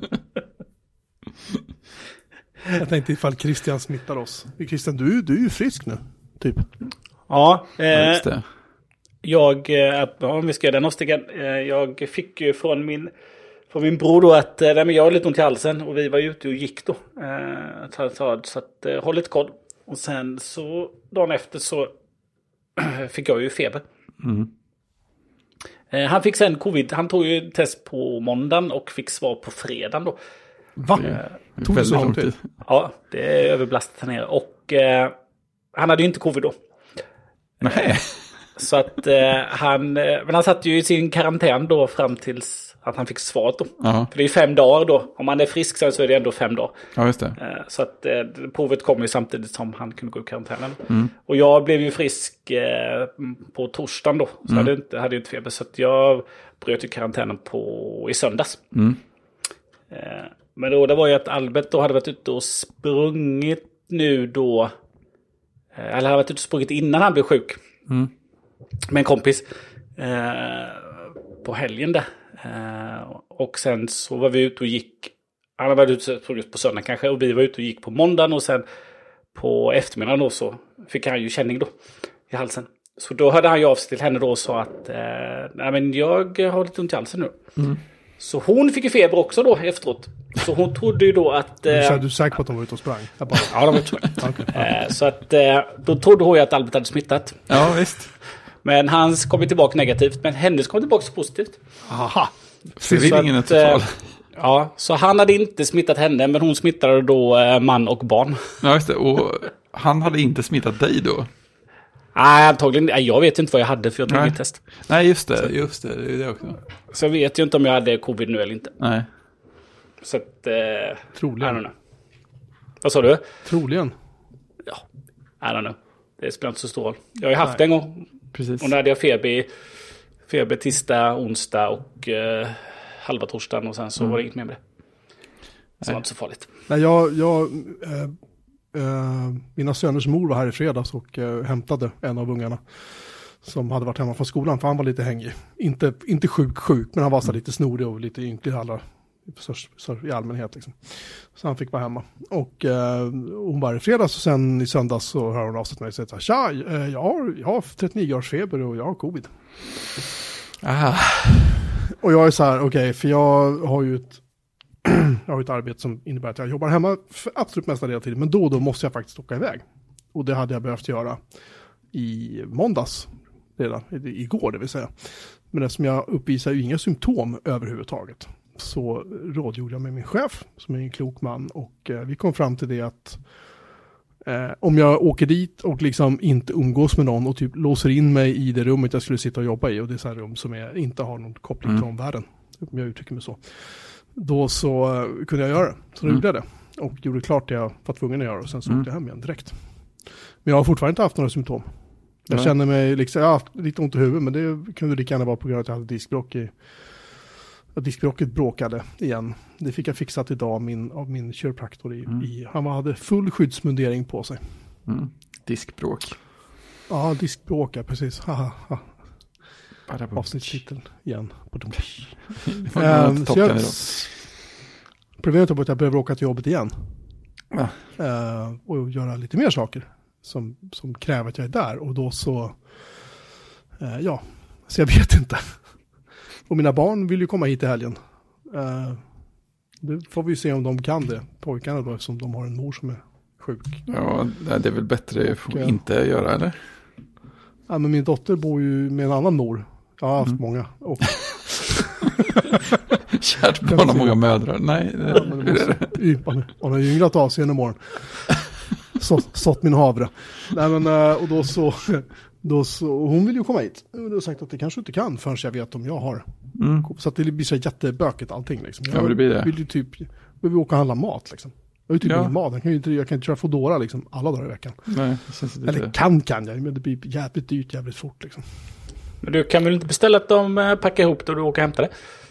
Jag tänkte ifall Christian smittar oss. Christian, du är ju frisk nu, typ. Ja, just det. Om vi ska göra den avsticken, jag fick ju från min bror då att jag har lite ont i halsen och vi var ute och gick då. Så att håll lite koll. Och sen så dagen efter så fick jag ju feber. Han fick sen covid. Han tog ju test på måndagen och fick svar på fredagen då. Va? Tog det så lång tid? Ja, det är överblastat här nere. Och han hade ju inte covid då. Nej. Så att men han satt ju i sin karantän då fram tills att han fick svaret då. För det är ju 5 dagar då. Om man är frisk så är det ändå 5 dagar. Ja, just det. Så att provet kom ju samtidigt som han kunde gå i karantänen. Och jag blev ju frisk på torsdagen då. Så hade ju inte feber. Så att jag bröt ju karantänen i söndags. Men då det var ju att Albert då hade varit ute och sprungit nu då. Eller hade varit ute och sprungit innan han blev sjuk. Med en kompis. På helgen där. Och sen så var vi ute och gick. Han hade varit ute på söndag kanske. Och vi var ute och gick på måndagen. Och sen på eftermiddagen då så fick han ju känning då i halsen. Så då hörde han ju av sig till henne då och sa att nej men jag har lite ont i halsen nu. Så hon fick ju feber också då efteråt. Så hon trodde ju då att... Du är säker på att de var ute och sprang? Ja, de var ute och sprang. Så att då trodde hon ju att Albert hade smittat. Ja, visst. Men hans kom tillbaka negativt. Men hennes kom tillbaka positivt. Aha. Förvirringen är total. Ja, så han hade inte smittat henne. Men hon smittade då man och barn. Ja, just det. Och han hade inte smittat dig då? Nej, antagligen. Jag vet inte vad jag hade för jag tog ett test. Nej, just det. Det är det också. Så jag vet ju inte om jag hade covid nu eller inte. Nej. Så att... Troligen. I don't know. Vad sa du? Troligen. Ja, I don't know. Det spelar inte så stor roll. Jag har ju haft det en gång. Precis. Och när hade jag feber tisdag, onsdag och halva torsdagen. Och sen så var det inget mer med det. Så det var inte så farligt. Nej, mina söners mor var här i fredags och hämtade en av ungarna som hade varit hemma från skolan, för han var lite hängig. Inte sjuk, men han var så lite snorig och lite ynklig i allmänhet. Liksom. Så han fick vara hemma. Och hon var i fredags och sen i söndags så hör hon av sig till mig och säger så här: tja, jag har 39 års feber och jag har covid. Och jag är så här, okej, för jag har ju ett arbete som innebär att jag jobbar hemma för absolut mesta delen av tiden, men då måste jag faktiskt åka iväg. Och det hade jag behövt göra i måndags, redan igår det vill säga. Men eftersom jag uppvisar ju inga symptom överhuvudtaget så rådgjorde jag med min chef som är en klok man och vi kom fram till det att om jag åker dit och liksom inte umgås med någon och typ låser in mig i det rummet jag skulle sitta och jobba i, och det är så här rum som inte har någon koppling till omvärlden, om jag uttrycker mig så. Då så kunde jag göra det. Så då gjorde jag det. Och gjorde klart det jag var tvungen att göra. Och sen så åkte jag hem igen direkt. Men jag har fortfarande inte haft några symptom. Jag känner mig liksom, jag har haft lite ont i huvudet. Men det kunde lika gärna vara på grund av att jag hade diskbråck diskbråcket bråkade igen. Det fick jag fixat idag av min kiropraktor. Han hade full skyddsmundering på sig. Diskbråk. Ja, diskbråk, ja, precis. Avsnittstitel igen på dem. Problemet är att jag behöver åka till jobbet igen. Och göra lite mer saker som kräver att jag är där. Och då så så jag vet inte. Och mina barn vill ju komma hit i helgen. Det får vi se om de kan det. Pojkarna då, eftersom de har en mor som är sjuk. Ja, det är väl bättre att inte göra, eller? Ja, men min dotter bor ju med en annan mor. Jag har haft många. Och kärt barn har många mödrar. Nej, hon har ynglat av sig en morgon. Sått min havre. Nej, men, och då så hon vill ju komma hit. Och då har sagt att det kanske inte kan förrän jag vet om jag har. Så att det blir så jättebökigt allting. Liksom. Ja, det blir det. Vill vi åka och handla mat liksom. Jag har ju typ ingen mat. Jag kan ju inte köra Foodora liksom alla dagar i veckan. Nej, det känns lite... Eller kan jag, men det blir jävligt dyrt, jävligt fort liksom. Men du kan väl inte beställa att de packar ihop det och du åker och hämtar det?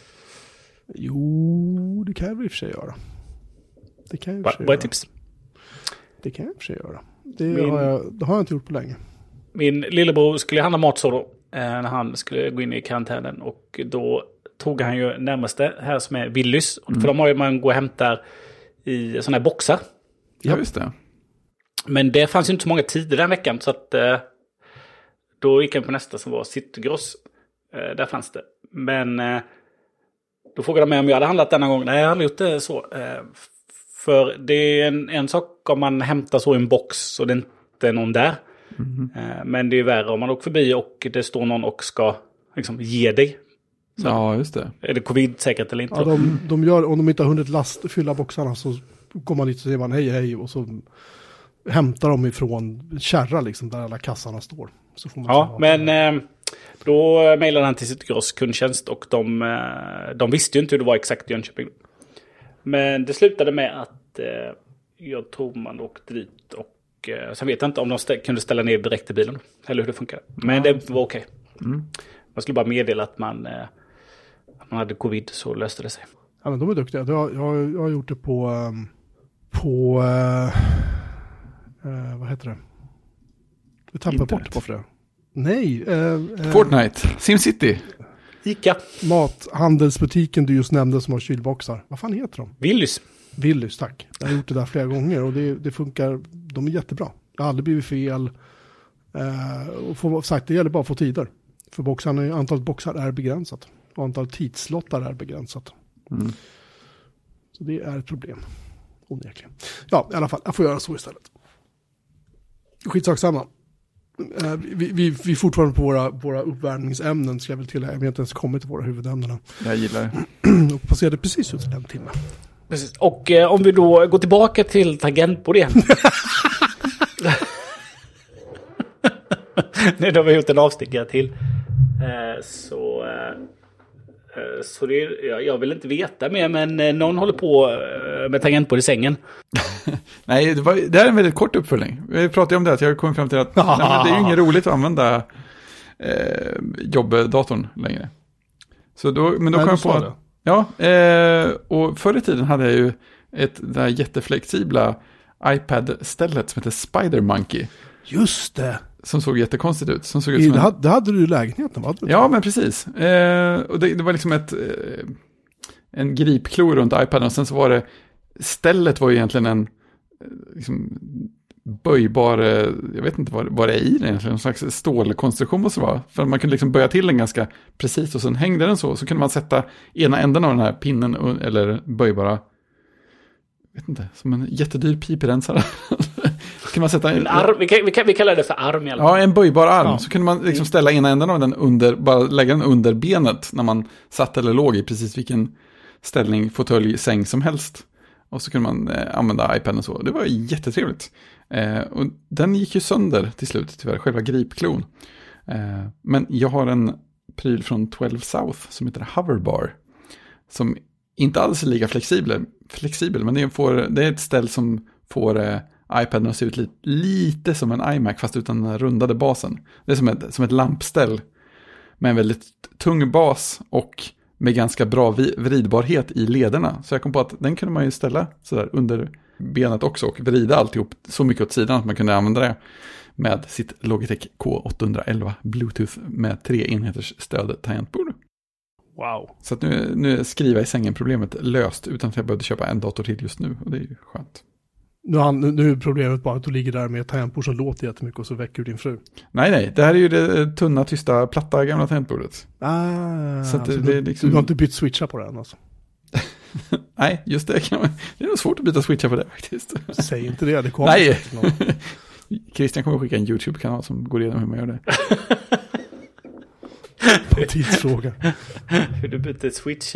Jo, det kan jag väl i och för sig göra. Vad är tips? Det kan jag i och för sig göra. Det har jag inte gjort på länge. Min lillebror skulle handla mat så då. När han skulle gå in i karantänen. Och då tog han ju närmaste här som är Willys. För de har ju man går och hämtar i sådana här boxar. Ja, just det. Men det fanns ju inte så många tider den veckan. Så att då gick jag på nästa som var Citygross. Där fanns det. Men då frågade de mig om jag hade handlat denna gång. Nej, jag har aldrig gjort det så. För det är en sak om man hämtar så i en box så det är inte någon där. Men det är värre om man åker förbi och det står någon och ska liksom ge dig. Så ja, just det. Är det covid-säkert eller inte? Ja, de gör, om de inte har hunnit fylla boxarna så går man dit och säger man hej och så hämtar de ifrån kärra liksom där alla kassarna står. Så får man men då mejlade han till Citygross kundtjänst och de visste ju inte hur det var exakt i Jönköping. Men det slutade med att jag tror man åkte dit och sen vet jag inte om de kunde ställa ner direkt i bilen eller hur det funkar. Men det var okej. Man skulle bara meddela att man hade covid så löste det sig. Ja, men de är duktiga. Jag har gjort det på vad heter det? Jag tappar bort på för det. Nej. Fortnite. SimCity. Ica. Mathandelsbutiken du just nämnde som har kylboxar. Vad fan heter de? Willys, tack. Jag har gjort det där flera gånger och det funkar. De är jättebra. Det har aldrig blivit fel. Och sagt, det gäller bara att få tider. För antalet boxar är begränsat. Och antalet tidslottar är begränsat. Så det är ett problem. Onekligen. Ja, i alla fall. Jag får göra så istället. Skitsak-samma. Vi är fortfarande på våra uppvärmningsämnen. Ska jag väl tillägga. Vi har inte ens kommit till våra huvudämnen. Jag gillar det. Och passerade precis ut en timme. Precis. Och om vi då går tillbaka till tangentbord igen. Nu har vi gjort en avstickare till. Så det är, jag vill inte veta mer, men någon håller på med tangentbord i sängen. Nej, det här är en väldigt kort uppföljning. Vi pratade om det, att jag kom fram till att nej, men det är ju inget roligt att använda jobbdatorn längre. Så då kom jag på att, ja, och förr i tiden hade jag ju det här jätteflexibla iPad-stället som heter Spider Monkey. Just det. Som såg jättekonstigt ut. Som såg ut som det hade du i lägenheten, va? Ja, men precis. Och det var liksom en gripklo runt iPaden. Och sen så var stället var ju egentligen en liksom böjbar, jag vet inte vad det är i den egentligen, en slags stålkonstruktion måste det vara. För man kunde liksom böja till den ganska precis och sen hängde den så kunde man sätta ena änden av den här pinnen eller böjbara, jag vet inte, som en jättedyr piprensare. Kan man sätta en arm, vi kallar det för arm i alla fall. Ja, en böjbar arm. Ja. Så kunde man liksom ställa ena änden av den bara lägga den under benet när man satt eller låg i precis vilken ställning, fåtölj, säng som helst. Och så kunde man använda iPaden och så. Det var jättetrevligt. Och den gick ju sönder till slut, tyvärr, själva gripklon. Men jag har en pryl från 12 South som heter Hoverbar. Som inte alls är lika flexibel, men det är ett ställ som får iPaden att se ut lite som en iMac fast utan den rundade basen. Det är som ett lampställ med en väldigt tung bas och med ganska bra vridbarhet i lederna. Så jag kom på att den kunde man ju ställa sådär under benet också och vrida alltihop så mycket åt sidan att man kunde använda det med sitt Logitech K811 Bluetooth med 3 enheters stöd tangentbord. Wow. Så att nu är skriva i sängen problemet löst utan att jag behövde köpa en dator till just nu och det är ju skönt. Nu är problemet bara att du ligger där med ett tangentbord som låter jättemycket och så väcker du din fru. Nej, det här är ju det tunna, tysta, platta gamla tangentbordet. Så att det liksom... Du har inte bytt switchar på den alltså? Nej, just det. Det är nog svårt att byta switchar på det faktiskt. Säg inte det kommer. Nej, Christian kommer skicka en YouTube-kanal som går igenom hur man gör det. På tidsfråga. Hur du byter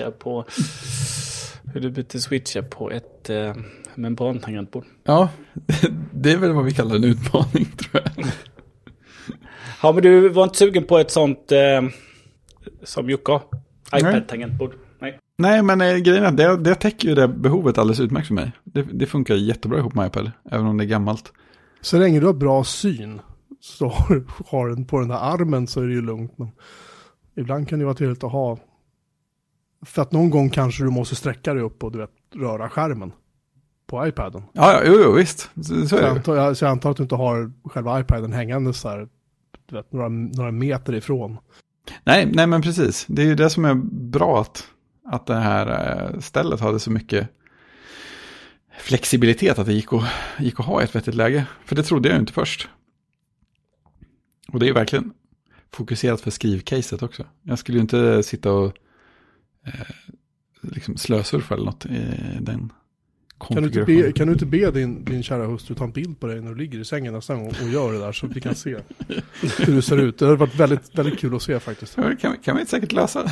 switchar på ett membrantangentbord. Ja, det är väl vad vi kallar en utmaning, tror jag. Ja, men du var inte sugen på ett sånt som Jukka, iPad-tangentbord? Nej, men grejen är det täcker ju det behovet alldeles utmärkt för mig. Det funkar jättebra ihop med iPad, även om det är gammalt. Så länge du har bra syn så har den på den här armen så är det ju lugnt. Men ibland kan det vara trevligt att ha. För att någon gång kanske du måste sträcka dig upp och röra skärmen på iPaden. Ja, jo, visst. Så är det. Så jag antar att du inte har själva iPaden hängande så här, några meter ifrån. Nej, men precis. Det är ju det som är bra att det här stället hade så mycket flexibilitet att det gick att ha ett vettigt läge. För det trodde jag ju inte först. Och det är verkligen fokuserat för skrivcaset också. Jag skulle ju inte sitta och liksom slösurfa eller något i den konfigurationen. Kan du inte be din kära hustru ta en bild på dig när du ligger i sängen nästa gång och gör det där så vi kan se hur du ser ut. Det har varit väldigt, väldigt kul att se faktiskt. Ja, kan vi inte säkert lösa.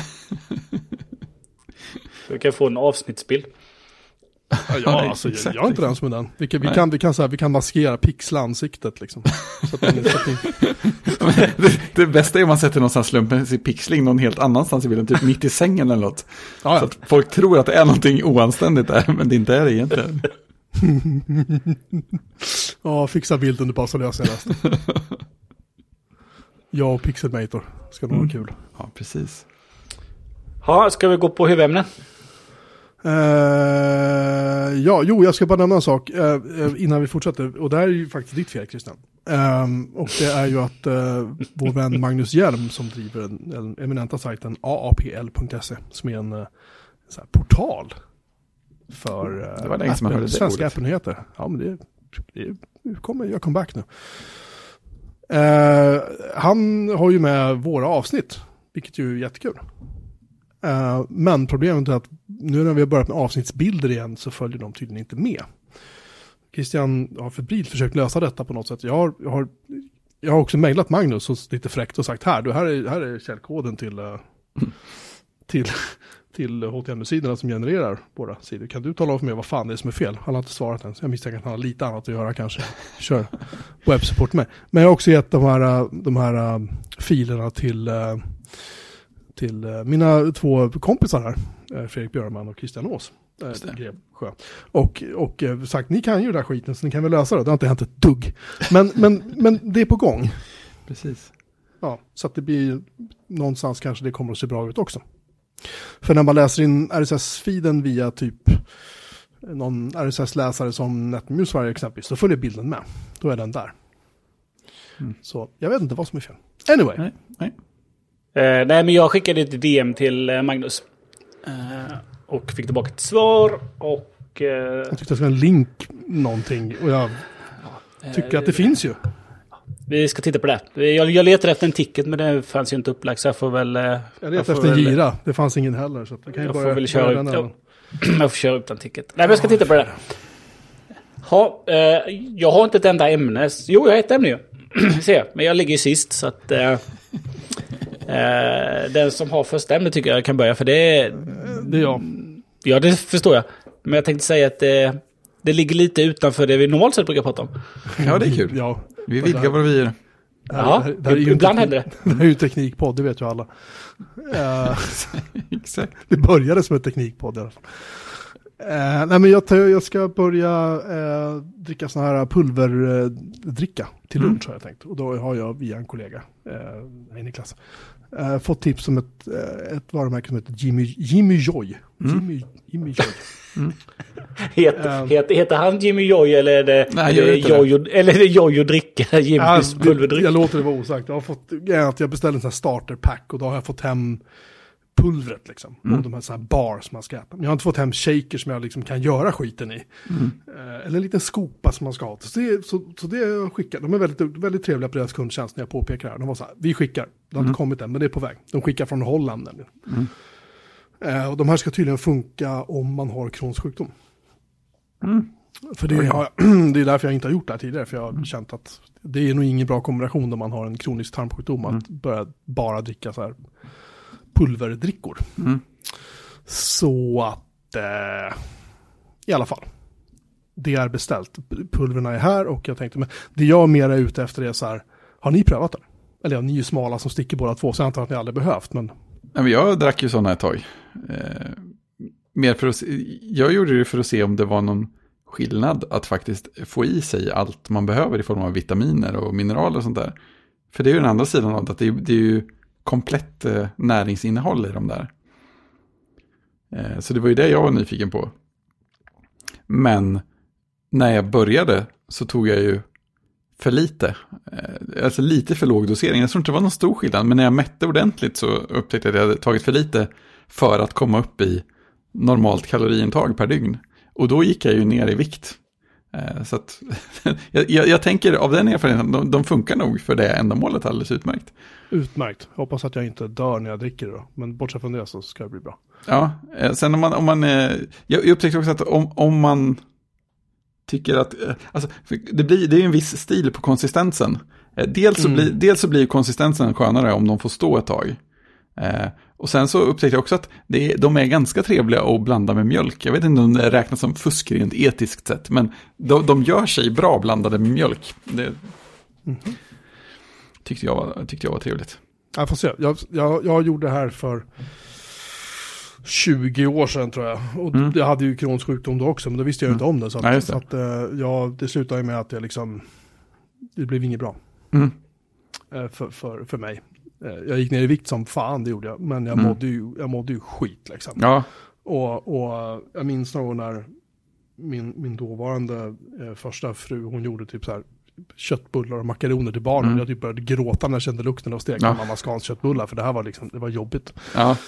Du kan få en avsnittsbild. Ja, alltså, jag är inte den som är den. Vi kan maskera pixelansiktet liksom. Så att det bästa är om man sätter någonstans slumpmässig pixling någon helt annanstans i bilden, typ mitt i sängen eller något. Ja. Så att folk tror att det är någonting oanständigt där, men det inte är det egentligen. Ja, fixa bilden du bara så löser jag resten. Jag och Pixelmator ska nog vara kul. Ja, precis. Ja, ska vi gå på huvudämnen? Jag ska bara nämna en sak innan vi fortsätter. Och det här är ju faktiskt ditt fel, Christian. Och det är ju att vår vän Magnus Hjelm som driver den eminenta sajten aapl.se som är en så här portal för det var som hörde svenska Apple-nyheter. Ja, men jag kom back nu. Han har ju med våra avsnitt, vilket ju är jättekul. Men problemet är att nu när vi har börjat med avsnittsbilder igen så följer de tydligen inte med. Christian har febrilt försökt lösa detta på något sätt. Jag har också mejlat Magnus och lite fräckt och sagt här är källkoden till till HTML-sidorna som genererar våra sidor. Kan du tala om för mig vad fan det är som är fel? Han har inte svarat än, så jag misstänker att han har lite annat att göra kanske. Kör webbsupport med. Men jag har också gett de här filerna till mina 2 kompisar här, Fredrik Björman och Christian Ås. Grävsjö. Och sagt, ni kan ju den här skiten så ni kan väl lösa det. Det har inte hänt ett dugg. Men det är på gång. Precis. Ja, så att det blir någonstans kanske det kommer att se bra ut också. För när man läser in RSS-feeden via typ någon RSS-läsare som NetMuseWire exempelvis, så följer bilden med. Då är den där. Så jag vet inte vad som är fel. Anyway. Nej, men jag skickade ett DM till Magnus. Och fick tillbaka ett svar. Och jag tyckte jag skulle en länk någonting. Och jag tycker att det finns ju. Vi ska titta på det. Jag letar efter en ticket, men det fanns ju inte upplagt, så jag får väl... Jag letar efter en gira. Det fanns ingen heller. Så jag kan ju får väl köra ut. Jag får köra ut en ticket. Nej, men jag ska titta på det. Jag har inte ett enda ämne. Jo, jag har ett ämne ju. Men jag ligger ju sist, så att... den som har första ämne tycker jag kan börja, för det är jag. Ja, det förstår jag. Men jag tänkte säga att det ligger lite utanför det vi normalt sett brukar prata om. Ja, det är kul. Ja. Vi vidgar vad vi gör. Ja, ibland händer det. Det är ju teknikpodd, det vet ju alla. Exakt. Det började som en teknikpodd i alla fall. Nej, men jag ska börja dricka såna här pulverdricka till lunch har jag tänkt. Och då har jag via en kollega, Niklas, fått tips om ett varumärke som heter Jimmy Joy. Jimmy Joy. Heter han Jimmy Joy eller är det Joy och dricka? Jimmys pulverdricka. Jag låter det vara osagt. Jag beställde en sån här starterpack och då har jag fått hem pulvret liksom. Och de här så här bars man ska äta. Men jag har inte fått hem shaker som jag liksom kan göra skiten i. Eller en liten skopa som man ska ha. Så det jag skickar. De är väldigt, väldigt trevliga på deras kundtjänst när jag påpekar det här. De var så här, vi skickar. Det har inte kommit än, men det är på väg. De skickar från Holland nämligen. Och de här ska tydligen funka om man har Crohns sjukdom. För det är därför jag inte har gjort det här tidigare. För jag har känt att det är nog ingen bra kombination när man har en kronisk tarmsjukdom. Att börja bara dricka så här pulverdrickor. Så att i alla fall det är beställt. Pulverna är här och jag tänkte, men det jag mer är ute efter är så här, har ni prövat det? Eller ja, ni är ju smala som sticker båda två, så jag antar att ni aldrig behövt, men... Jag drack ju sådana ett tag. Mer för att jag gjorde det för att se om det var någon skillnad att faktiskt få i sig allt man behöver i form av vitaminer och mineraler och sånt där. För det är ju den andra sidan av det, att det är ju komplett näringsinnehåll i de där. Så det var ju det jag var nyfiken på. Men när jag började så tog jag ju för lite. Alltså lite för låg dosering. Jag tror inte det var någon stor skillnad. Men när jag mätte ordentligt så upptäckte jag att jag hade tagit för lite för att komma upp i normalt kaloriintag per dygn. Och då gick jag ju ner i vikt. Så att jag tänker av den erfarenheten, de funkar nog för det ändamålet alldeles utmärkt. Utmärkt. Jag hoppas att jag inte dör när jag dricker det då. Men bortsett från det så ska det bli bra. Ja, sen om man jag upptäckte också att om man tycker att alltså, det är ju en viss stil på konsistensen. Dels så blir konsistensen skönare om de får stå ett tag. Och sen så upptäckte jag också att de är ganska trevliga att blanda med mjölk. Jag vet inte om det räknas som fusk rent etiskt sett, men de gör sig bra blandade med mjölk. Det tyckte jag var trevligt. Jag får se. Jag gjorde det här för 20 år sedan tror jag. Och jag hade ju Crohns sjukdom då också, men då visste jag inte om det. Så att det slutade med att det blev inget bra för mig. Jag gick ner i vikt som fan, det gjorde jag. Men jag mådde ju skit liksom. Ja. Och jag minns nog när min dåvarande första fru, hon gjorde typ så här köttbullar och makaroner till barnen. Jag typ började gråta när jag kände lukten av stekta mamma Scans köttbullar. För det här var liksom, det var jobbigt. Ja.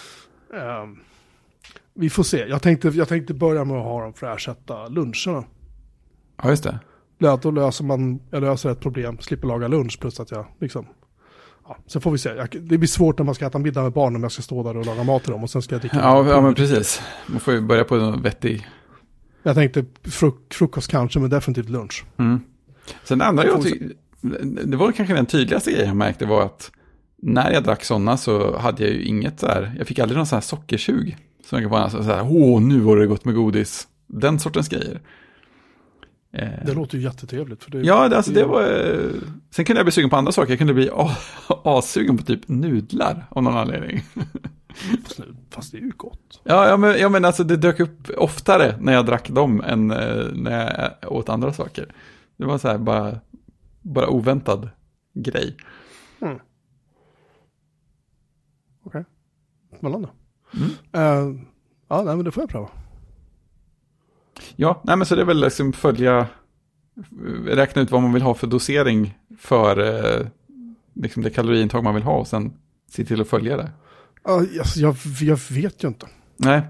Vi får se. Jag tänkte börja med att ha dem för att ersätta luncherna. Ja, just det. Då jag löser ett problem, slipper laga lunch, plus att jag liksom... Ja, så får vi se. Det blir svårt när man ska äta middag med barn om jag ska stå där och laga mat till dem och sen ska jag dricka. Ja, men precis. Man får ju börja på en vettig... Jag tänkte frukost kanske, men definitivt lunch. Sen det andra det var kanske den tydligaste grejen jag märkte var att när jag drack sådana så hade jag ju inget där. Jag fick aldrig någon sån här sockersug Så man kan bara så här, nu var det gott med godis. Den sortens grejer. Det låter ju jättetrevligt. För det, ja, alltså det var... Sen kunde jag bli sugen på andra saker. Jag kunde bli assugen på typ nudlar av någon anledning. Fast det är ju gott. Ja, men alltså det dök upp oftare när jag drack dem än när jag åt andra saker. Det var så här bara oväntad grej. Okej. Spännande. Ja, nej, men det får jag pröva. Ja, nej, men så det är väl liksom räkna ut vad man vill ha för dosering för liksom det kaloriintag man vill ha och sen se till att följa det. Alltså, jag vet ju inte. Nej.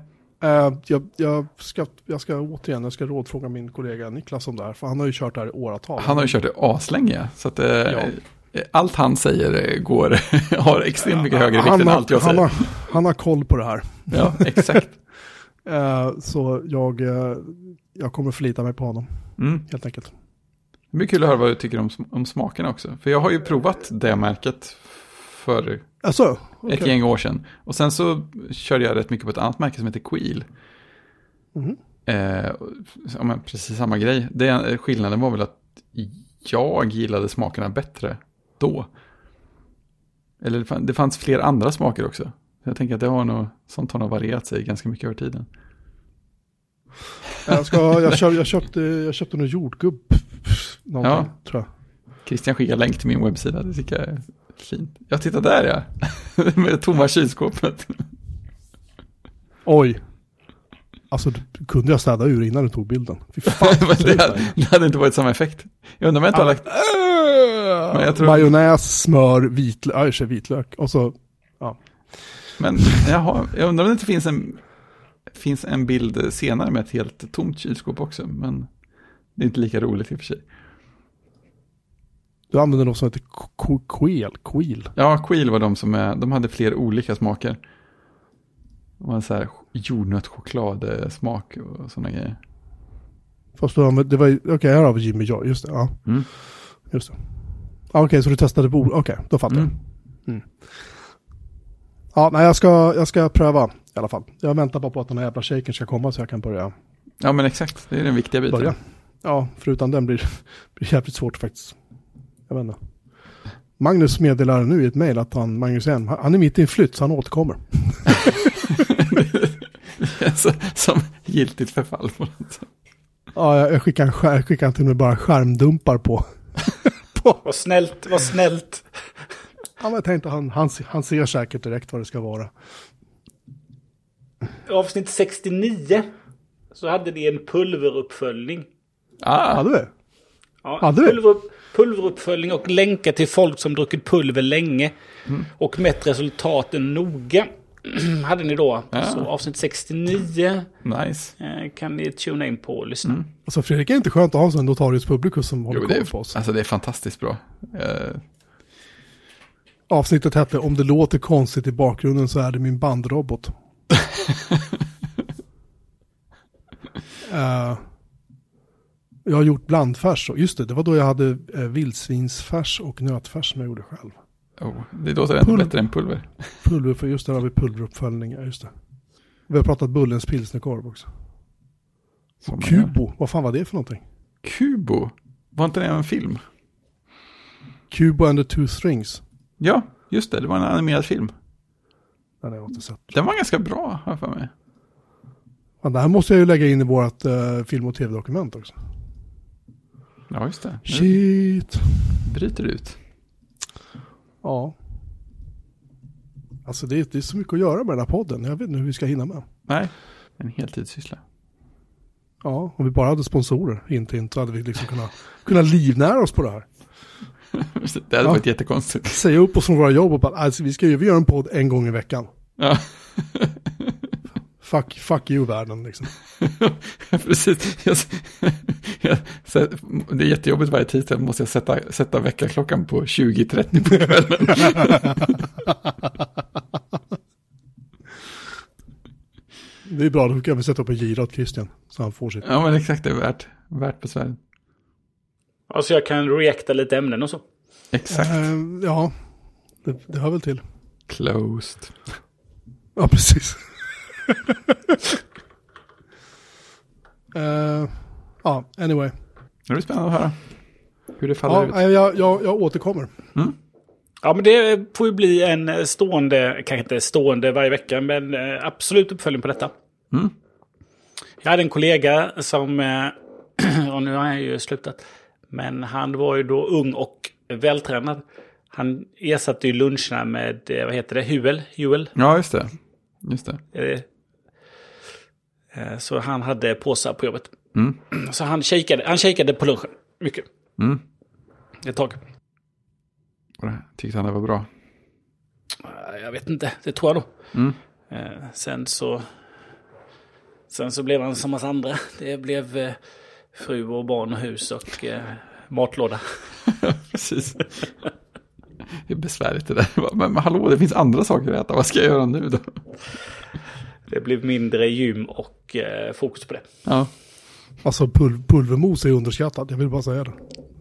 Jag ska rådfråga min kollega Niklas om det här, för han har ju kört det här i åratal. Han har ju kört det aslänge, så att allt han säger har extremt mycket högre vikt än allt jag säger. Han har koll på det här. Ja, exakt. Så jag kommer förlita mig på honom, helt enkelt. Det blir kul att höra vad du tycker om smakerna också. För jag har ju provat det märket för ett gäng år sedan. Och sen så körde jag rätt mycket på ett annat märke som heter Queel. Men precis samma grej. Skillnaden var väl att jag gillade smakerna bättre då. Eller det fanns fler andra smaker också. Jag tänker att sånt har nog varierat sig ganska mycket över tiden. Jag köpte någon jordgubb. Tror jag. Christian skickar länk till min webbsida. Det tycker jag är fint. Jag tittar där, ja. Med det tomma kylskåpet. Oj. Alltså, kunde jag städa ur innan du tog bilden? Fy fan, det hade inte varit samma effekt. Jag undrar om jag inte har lagt... Men jag tror... Majonnäs, smör, vitlök. Och så... Ja. Men jag undrar om det inte finns en bild senare med ett helt tomt kylskåp också. Men det är inte lika roligt i och för sig. Du använder något som heter Queel. Ja, Queel var de hade fler olika smaker. Det var en så här jordnötchokladsmak och sådana grejer. Fast det var okej, här har vi Jimmy Joy, just det. Ja. Just det. Okej, så du testade okej, då fattar jag. Ja, nej, jag ska pröva i alla fall. Jag väntar bara på att den här jävla shaken ska komma så jag kan börja. Ja, men exakt. Det är den viktiga biten. Börja. Ja, förutom den blir jävligt svårt faktiskt. Jag vet inte. Magnus meddelar nu i ett mejl att han är mitt i en flytt så han återkommer. Som giltigt förfall på något. Ja, jag skickar till mig bara skärmdumpar på. Vad snällt. Ja, men jag tänkte han ser säkert direkt vad det ska vara. I avsnitt 69 så hade ni en pulveruppföljning. Hade vi? Ja, pulveruppföljning och länkar till folk som druckit pulver länge och mätt resultaten noga. Hade ni då. Så avsnitt 69 kan ni tuna in på och lyssna. Alltså Fredrik, är inte skönt att ha en sån Notarius Publicus som håller koll på oss? Alltså det är fantastiskt bra. Avsnittet hette "Om det låter konstigt i bakgrunden så är det min bandrobot". Jag har gjort blandfärs. Just det var då jag hade vildsvinsfärs och nötfärs som jag gjorde själv. Det låter ändå bättre än pulver. Pulver, för just där har vi pulveruppföljningar, just det. Vi har pratat Bullens pilsnerkorv också. Och Kubo, vad fan var det för någonting? Kubo? Var inte det en film? Kubo and the Two Strings. Ja, just det var en animerad film. Den har jag inte sett. Den var ganska bra, här för mig. Ja, det här måste jag ju lägga in i vårt film- och tv-dokument också. Ja, just det. Shit. Bryter ut. Ja. Alltså det är så mycket att göra med den här podden. Jag vet inte hur vi ska hinna med. Nej, en heltidssyssla. Ja, om vi bara hade sponsorer inte så hade vi liksom kunnat livnära oss på det här. Det hade varit jättekonstigt. Säga upp oss från våra jobb och bara, alltså vi gör en podd en gång i veckan. Ja. Fuck you världen liksom. Precis. Det är jättejobbigt varje tisdag. Måste jag sätta väckarklockan på 20:30 på kvällen. Det är bra, då kan vi sätta upp en gira åt Christian så han får sitt. Ja, men exakt, det är värt besvär. Alltså jag kan reacta lite ämnen och så. Exakt. Ja, det hör väl till. Closed. Ja, precis. Anyway. Det är spännande att höra hur det faller ut. Jag återkommer. Mm. Ja, men det får ju bli en stående, kanske inte stående varje vecka, men absolut uppföljning på detta. Mm. Jag hade en kollega som, och nu har han ju slutat, men han var ju då ung och vältränad. Han ersatte ju luncherna med, vad heter det, Huel. Ja, just det. Så han hade påsar på jobbet. Mm. Så han kikade på lunchen mycket. Mm. Ett tag. Tyckte han det var bra? Jag vet inte, det tror jag då. Mm. Sen så blev han som oss andra. Det blev fru och barn och hus och matlåda. Precis. Det är besvärligt det där. Men hallå, det finns andra saker att äta. Vad ska jag göra nu då? Det blev mindre gym och fokus på det. Ja. Alltså pulvermos är underskattat, jag vill bara säga det.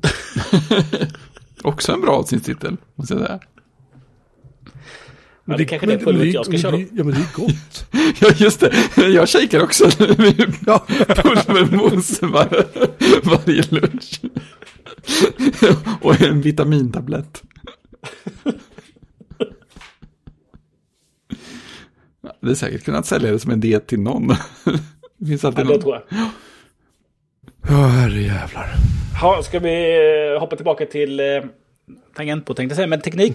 Också en bra avsnittstitel, måste jag säga. Men det kanske det är pulvret jag ska köra. Ja, men det är gott. Ja, just det. Jag kikar också pulvermos varje lunch. Och en vitamintablett. Det är säkert kunnat sälja det som en diet till någon. Det finns alltid det tror jag. Ja, herrejävlar. Ja, ska vi hoppa tillbaka till tangentbord, tänkte jag säga, men teknik.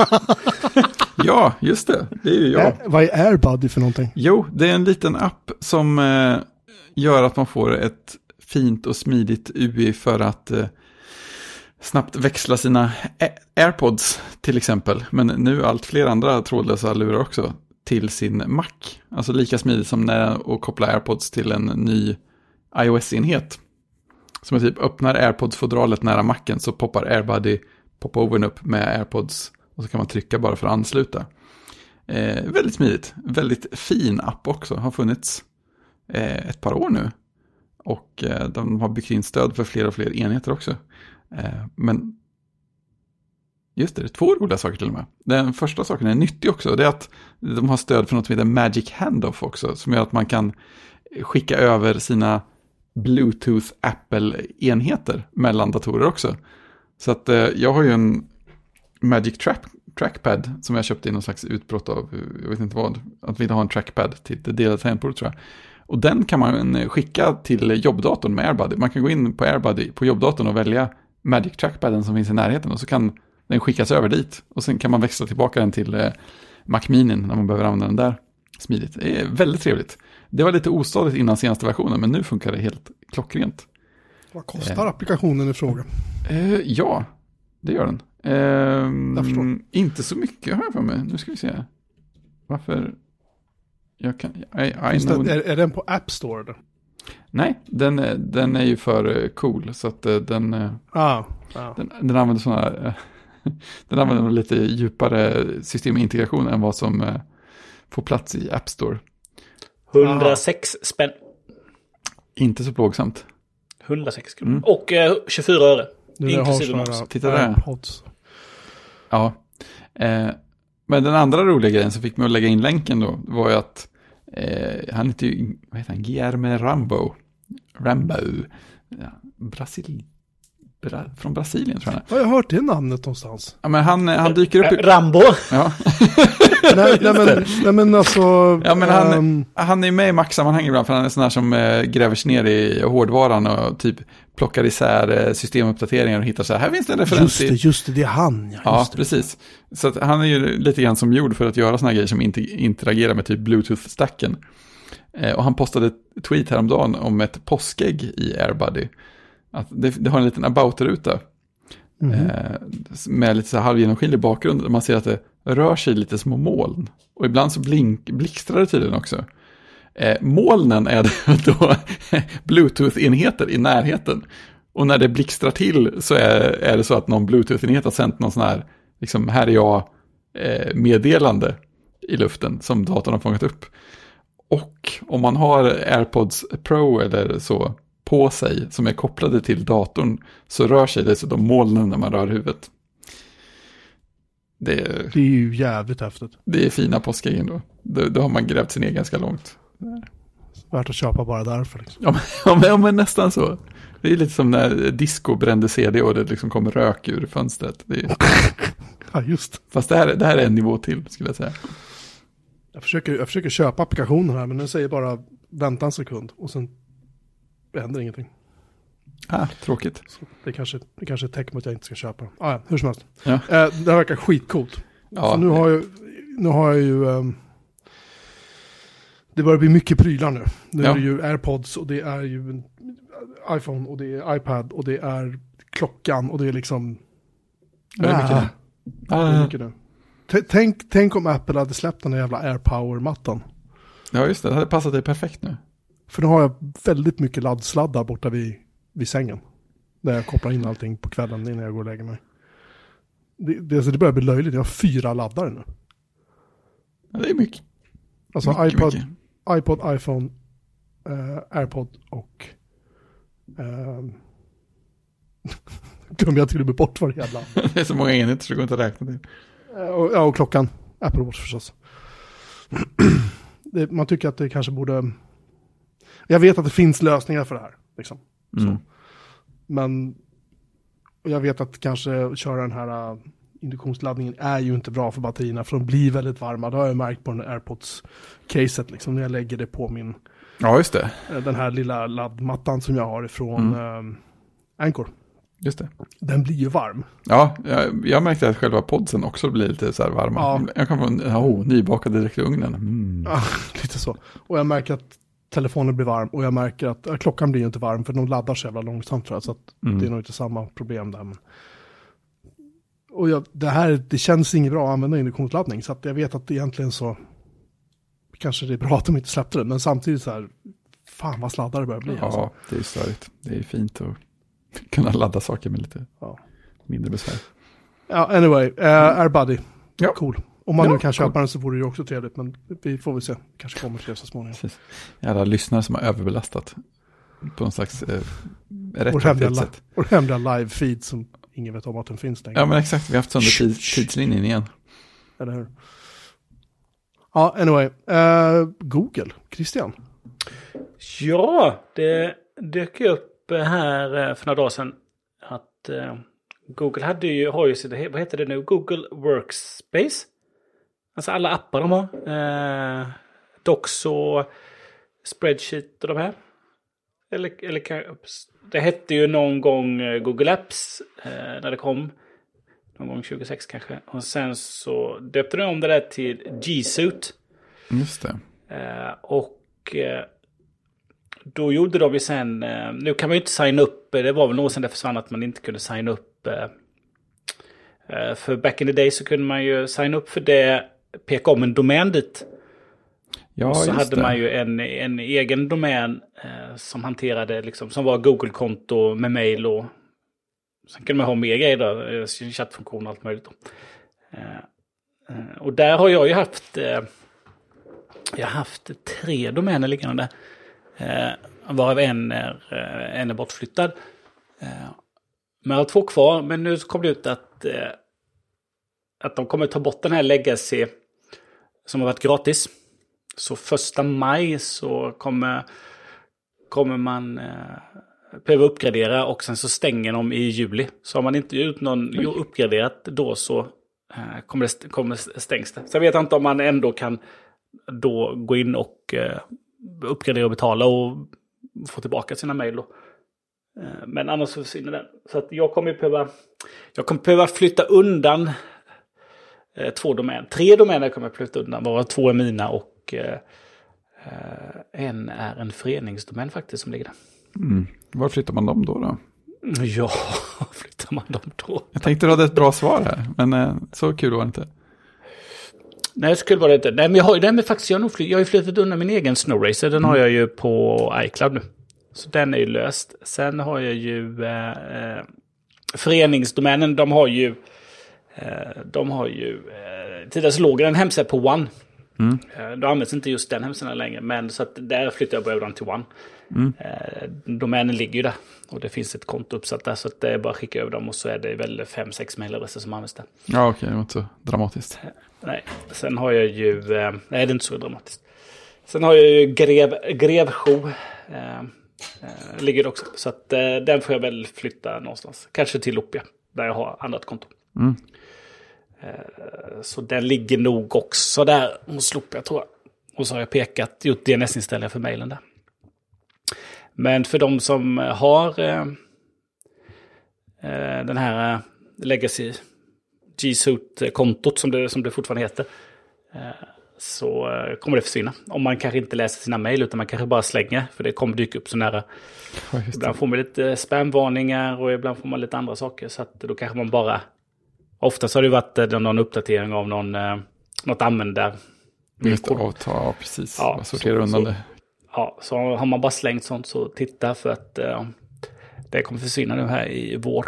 Ja, just det. Det är ju jag. Vad är AirBuddy för någonting? Jo, det är en liten app som gör att man får ett fint och smidigt UI för att snabbt växla sina AirPods till exempel. Men nu allt fler andra trådlösa lurar också till sin Mac. Alltså lika smidigt som när att koppla AirPods till en ny iOS-enhet. Som typ öppnar AirPods-fodralet nära Macen så poppar AirBuddy pop-overn upp med AirPods och så kan man trycka bara för att ansluta. Väldigt smidigt. Väldigt fin app också. Har funnits ett par år nu. Och de har byggt in stöd för fler och fler enheter också. Men just det, 2 roliga saker till och med. Den första saken är nyttig också. Det är att de har stöd för något som heter Magic Handoff också. Som gör att man kan skicka över sina Bluetooth Apple-enheter mellan datorer också. Så att jag har ju en Magic Trackpad som jag köpte i någon slags utbrott av, jag vet inte vad, att vi vill ha en trackpad till det delade tangentbordet tror jag. Och den kan man skicka till jobbdatorn med AirBuddy. Man kan gå in på AirBuddy på jobbdatorn och välja Magic Trackpaden som finns i närheten och så kan den skickas över dit. Och sen kan man växla tillbaka den till Mac Mini när man behöver använda den där smidigt. Det är väldigt trevligt. Det var lite ostadigt innan senaste versionen men nu funkar det helt klockrent. Vad kostar applikationen i fråga? Ja, det gör den. Inte så mycket har jag för mig. Nu ska vi se. Varför? Jag kan, är den på App Store? Då? Nej, den är ju för cool. Så att den använder sådana... Den använder lite djupare systemintegration än vad som får plats i App Store. 106 spänn. Inte så plågsamt. 106 kronor. Mm. Och 24 öre. Inklusive moms. Titta där. Ja. Men den andra roliga grejen som fick mig att lägga in länken då var ju att han heter ju, vad heter han? Guilherme Rambo. Ja, från Brasilien tror jag. Jag har hört det namnet någonstans. Ja, men han dyker upp i... Rambo? Ja. nej, men alltså... Ja, men han är med i Mac-sammanhang ibland för han är sån här som gräver sig ner i hårdvaran och typ plockar isär systemuppdateringar och hittar så här finns det en referens Just det är han. Ja, precis. Så att han är ju lite grann som gjord för att göra såna här grejer som inte interagerar med typ Bluetooth-stacken. Och han postade ett tweet häromdagen om ett påskägg i AirBuddy. Att det har en liten about-ruta med lite så här halvgenomskinlig bakgrund där man ser att det rör sig lite små moln. Och ibland så blixtrar det tydligen också. Molnen är då Bluetooth-enheter i närheten. Och när det blixtrar till så är det så att någon Bluetooth-enhet har sänt någon sån här, liksom, här är jag meddelande i luften som datorn har fångat upp. Och om man har AirPods Pro eller så på sig som är kopplade till datorn så rör sig dessutom molnen när man rör huvudet. Det är ju jävligt häftigt. Det är fina påskäggen då. Då har man grävt sig ner ganska långt. Värt att köpa bara därför. Liksom. Ja, men nästan så. Det är lite som när disco brände CD och det liksom kommer rök ur fönstret. Det är... Ja, just. Fast det här är en nivå till, skulle jag säga. Jag försöker köpa applikationen här, men den säger bara vänta en sekund och sen händer ingenting. Tråkigt. Så det kanske är ett tecken på att jag inte ska köpa. Hur som helst. Ja. Det verkar skitcoolt. Ja. Nu har jag ju det börjar bli mycket prylar nu. Nu är det ju AirPods och det är ju en iPhone och det är iPad och det är klockan och det är liksom... Det är mycket nu. Tänk om Apple hade släppt den här jävla AirPower-mattan. Ja, just det. Det hade passat dig perfekt nu. För nu har jag väldigt mycket laddsladdar borta vid sängen. Där jag kopplar in allting på kvällen innan jag går och lägger mig. Det börjar bli löjligt. Jag har 4 laddare nu. Ja, det är mycket. Alltså iPod, iPhone, AirPod och... glömmer jag till och med bort vad det jävla. Det är så många enheter så det går inte att räkna till. Och klockan. Apple Watch förstås. Man tycker att det kanske borde... Jag vet att det finns lösningar för det här. Liksom. Så. Men jag vet att kanske köra den här induktionsladdningen är ju inte bra för batterierna. För de blir väldigt varma. Det har jag märkt på den AirPods-caset. Liksom, när jag lägger det på min... Ja, just det. Den här lilla laddmattan som jag har ifrån Anchor. Just det. Den blir ju varm. Ja, jag märkte att själva podsen också blir lite så här varma. Ja. Jag kan få nybakad direkt i ugnen. Ja, lite så. Och jag märker att telefonen blir varm. Och jag märker att klockan blir ju inte varm. För de laddar så jävla långsamt tror jag. Så att det är nog inte samma problem där. Men... Och det känns inget bra att använda induktionsladdning. Så att jag vet att egentligen så... Kanske det är bra att de inte släppte det. Men samtidigt så här... Fan vad sladdar det börjar bli. Ja, alltså. Det är störigt. Det är fint att kunna ladda saker med lite mindre besvär. Ja, anyway. AirBuddy. Ja. Cool. Om man nu kan köpa den så vore det ju också trevligt. Men vi får väl se. Kanske kommer till det så småningom. Precis. Jävla lyssnare som har överbelastat. På någon slags rättraktigt sätt. Vår hemliga live-feed som ingen vet om att den finns längre. Ja, men exakt. Vi har haft sönder tidslinjen igen. Eller hur? Ja, anyway. Google. Christian. Ja, det dök upp här för några dagar sedan att Google har ju sitt, vad heter det nu? Google Workspace. Alltså alla appar de har. Docs och Spreadsheet och de här. Eller det hette ju någon gång Google Apps när det kom. Någon gång 2006 kanske. Och sen så döpte de om det där till G Suite. Just det. Och då gjorde de ju sen, nu kan man ju inte signa upp, det var väl något sen det försvann att man inte kunde signa upp. För back in the day så kunde man ju signa upp för det, peka om en domän dit. Ja, och så just hade det. man ju en egen domän som hanterade, liksom, som var Google-konto med mail och sen kunde man ha mer grejer då, chattfunktion och allt möjligt då. Och där har jag ju haft 3 domäner liggande där. Varav en är bortflyttad. Men jag har 2 kvar. Men nu kom det ut att de kommer ta bort den här legacy som har varit gratis. Så 1 maj så kommer man behöva uppgradera och sen så stänger de i juli. Så har man inte gjort någon uppgraderat då så stängs det. Så jag vet inte om man ändå kan då gå in och uppgradera och betala och få tillbaka sina mejl då. Men annars så försvinner den. Så att jag kommer behöva flytta undan 2 domäner. 3 domäner kommer jag flytta undan. Varav 2 är mina och en är en föreningsdomän faktiskt som ligger där. Var flyttar man dem då? Ja, flyttar man dem då? Jag tänkte du hade ett bra svar här. Men så kul var det inte. Nej, så kul var det inte. Nej, men jag har ju flyttat undan min egen Snowracer. Den har jag ju på iCloud nu. Så den är ju löst. Sen har jag ju föreningsdomänen. De har ju tidigare så låg en hemsida på One. Då används inte just den hemsidan längre. Men så att där flyttar jag bara över den till One. Domänen ligger ju där. Och det finns ett konto uppsatt där. Så att det är bara att skicka över dem. Och så är det väl 5-6 mejladresser som används där. Ja, okej. Det var inte så dramatiskt. Nej, sen har jag ju... nej, det är inte så dramatiskt. Sen har jag ju Grevsjo. Ligger också. Så att den får jag väl flytta någonstans. Kanske till Lopia. Där jag har annat konto. Så den ligger nog också där hos Lopia, tror jag. Och så har jag gjort DNS-inställningar för mejlen där. Men för de som har den här Legacy G Suite-kontot som det fortfarande heter, så kommer det försvinna. Om man kanske inte läser sina mejl utan man kanske bara slänger, för det kommer dyka upp så nära. Ibland får man lite spamvarningar och ibland får man lite andra saker, så att då kanske man bara, oftast har det varit någon uppdatering av något användare. Just det, precis. Ja, sortera undan det. Ja, så har man bara slängt sånt, så titta, för att det kommer försvinna nu här i vår.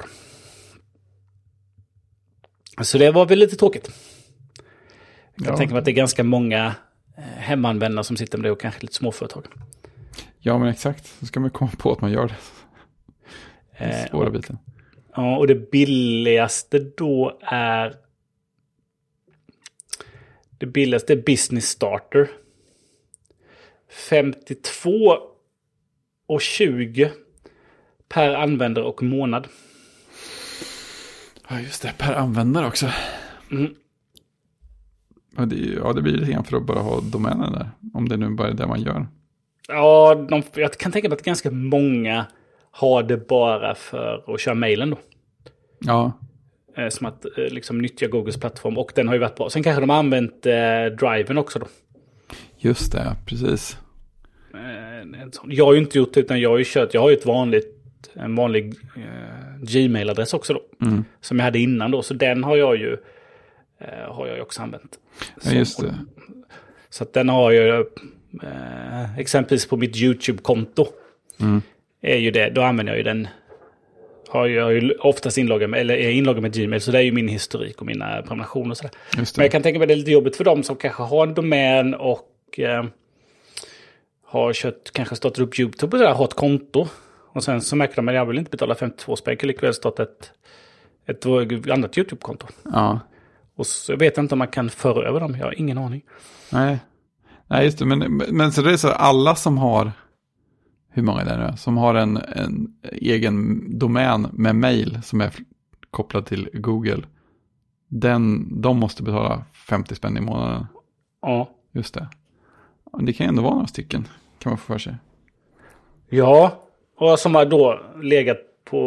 Så det var väl lite tråkigt. Jag tänker mig att det är ganska många hemanvändare som sitter med det, och kanske lite småföretag. Ja, men exakt. Så ska man komma på att man gör det. Den svåra biten. Ja, och det billigaste då är... Det billigaste är Business Starter. 52,20 per användare och månad. Ja, just det. Per användare också. Ja, det blir lite grann för att bara ha domänen där. Om det nu bara är det man gör. Ja, jag kan tänka mig att ganska många har det bara för att köra mejlen då. Ja. Som att liksom nyttja Googles plattform. Och den har ju varit bra. Sen kanske de har använt driven också då. Just det, precis. Jag har ju inte gjort det, utan jag har ju kört. Jag har ju en vanlig Gmail-adress också då. Som jag hade innan då. Så den har jag ju också använt. Ja, just det. Så att den har jag exempelvis på mitt YouTube-konto. Är ju det. Då använder jag ju den. Har jag ju oftast inloggad med Gmail, så det är ju min historik och mina prenumerationer och sådär. Men jag kan tänka mig det är lite jobbigt för dem som kanske har en domän och kanske startat upp YouTube och sådär, har ett konto. Och sen så märker de att jag vill inte betala 52 spänn, likväl starta ett annat YouTube-konto. Ja. Och så jag vet inte om man kan föra över dem, jag har ingen aning. Nej, just det. Men så det är så alla som har, hur många är det nu? Som har en egen domän med mail som är kopplad till Google. De måste betala 50 spänn i månaden. Ja. Just det. Det kan ändå vara några stycken, kan man få för sig. Ja, och som har då legat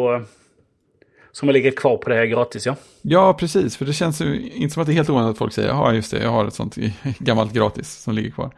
kvar på det här gratis, ja. Ja, precis. För det känns ju inte som att det är helt ovanligt att folk säger, ja just det, jag har ett sånt gammalt gratis som ligger kvar.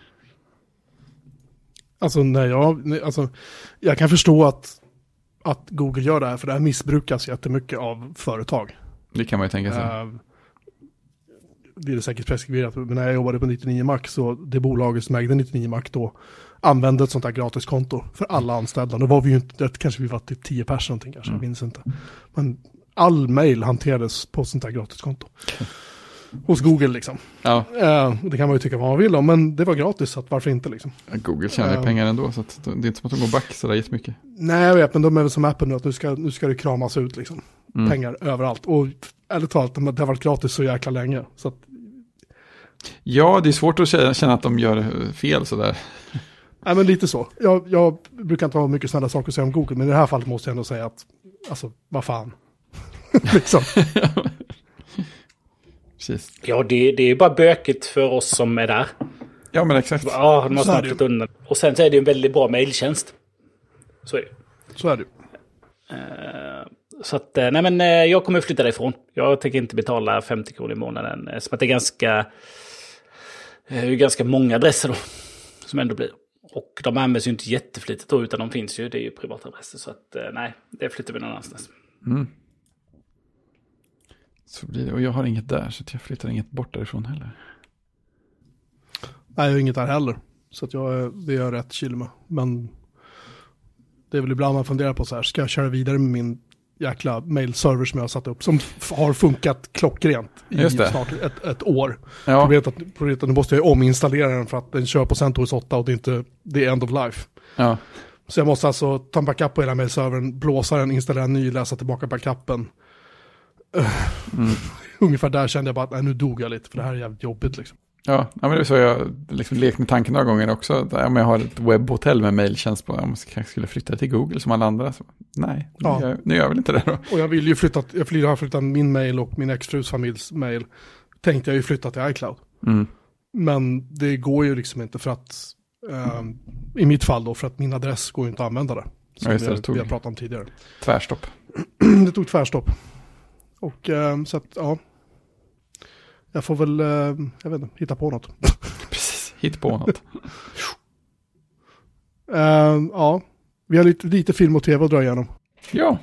Alltså, jag kan förstå att Google gör det här, för det här missbrukas jättemycket av företag. Det kan man ju tänka sig. Det är säkert preskriberat, men när jag jobbade på 99 Mac, så det bolaget som ägde 99 Mac då använde ett sånt här gratiskonto för alla anställda. Då var vi ju inte, kanske vi var till 10 personer någonting kanske, jag minns inte. Men all mail hanterades på sånt här gratiskonto. Hos Google liksom. Ja. Det kan man ju tycka vad man vill om, men det var gratis, så varför inte liksom. Google tjänar pengar ändå, så att det är inte som att de går back sådär jättemycket. Nej, jag vet, men de är väl som Apple nu, att nu ska det kramas ut liksom. Pengar överallt. Och ärligt talat, det har varit gratis så jäkla länge. Så att... Ja, det är svårt att känna att de gör fel sådär. Nej, men lite så. Jag brukar inte ha mycket snälla saker att säga om Google, men i det här fallet måste jag ändå säga att, alltså, vad fan. liksom. Precis. Ja, det är bara bökigt för oss som är där. Ja, men exakt. Ja, de har snart fått undan. Och sen så är det en väldigt bra mejltjänst. Så är det. Så är det. Så att, nej men jag kommer flytta därifrån. Jag tänker inte betala 50 kronor i månaden. Som att det är ganska många adresser då. Som ändå blir. Och de används ju inte jätteflitigt då, utan de finns ju. Det är ju privata adresser. Så att nej, det flyttar vi någon annanstans. Så blir det. Och jag har inget där, så jag flyttar inget bort därifrån heller. Nej, jag har inget där heller. Så att det är jag rätt chill med. Men det är väl ibland man funderar på så här, ska jag köra vidare med min jäkla mailserver som jag har satt upp, som har funkat klockrent i snart ett år. Ja. Problemet att nu måste jag ominstallera den för att den kör på CentOS 8 och det är end of life. Ja. Så jag måste alltså ta en backup på hela mailservern, blåsa den, installera en ny, läsa tillbaka backupen. Ungefär där kände jag bara att nu dog jag lite, för det här är jävligt jobbigt liksom. Ja, men det är så jag liksom lekt med tanken några gånger också. Om jag har ett webbhotell med mejltjänst på, om jag kanske skulle flytta till Google som alla andra. Så, nej, nu gör jag väl inte det då. Och jag vill ju flytta min mejl och min exfrus familjs mejl. Tänkte jag ju flytta till iCloud. Mm. Men det går ju liksom inte för att, i mitt fall då, för att min adress går ju inte att använda det. Som vi har pratat om tidigare. Tvärstopp. Det tog tvärstopp. Och så att, ja. Jag får väl, jag vet inte, hitta på något. Precis, hitta på något. Ja, vi har lite film och tv att dra igenom. Ja.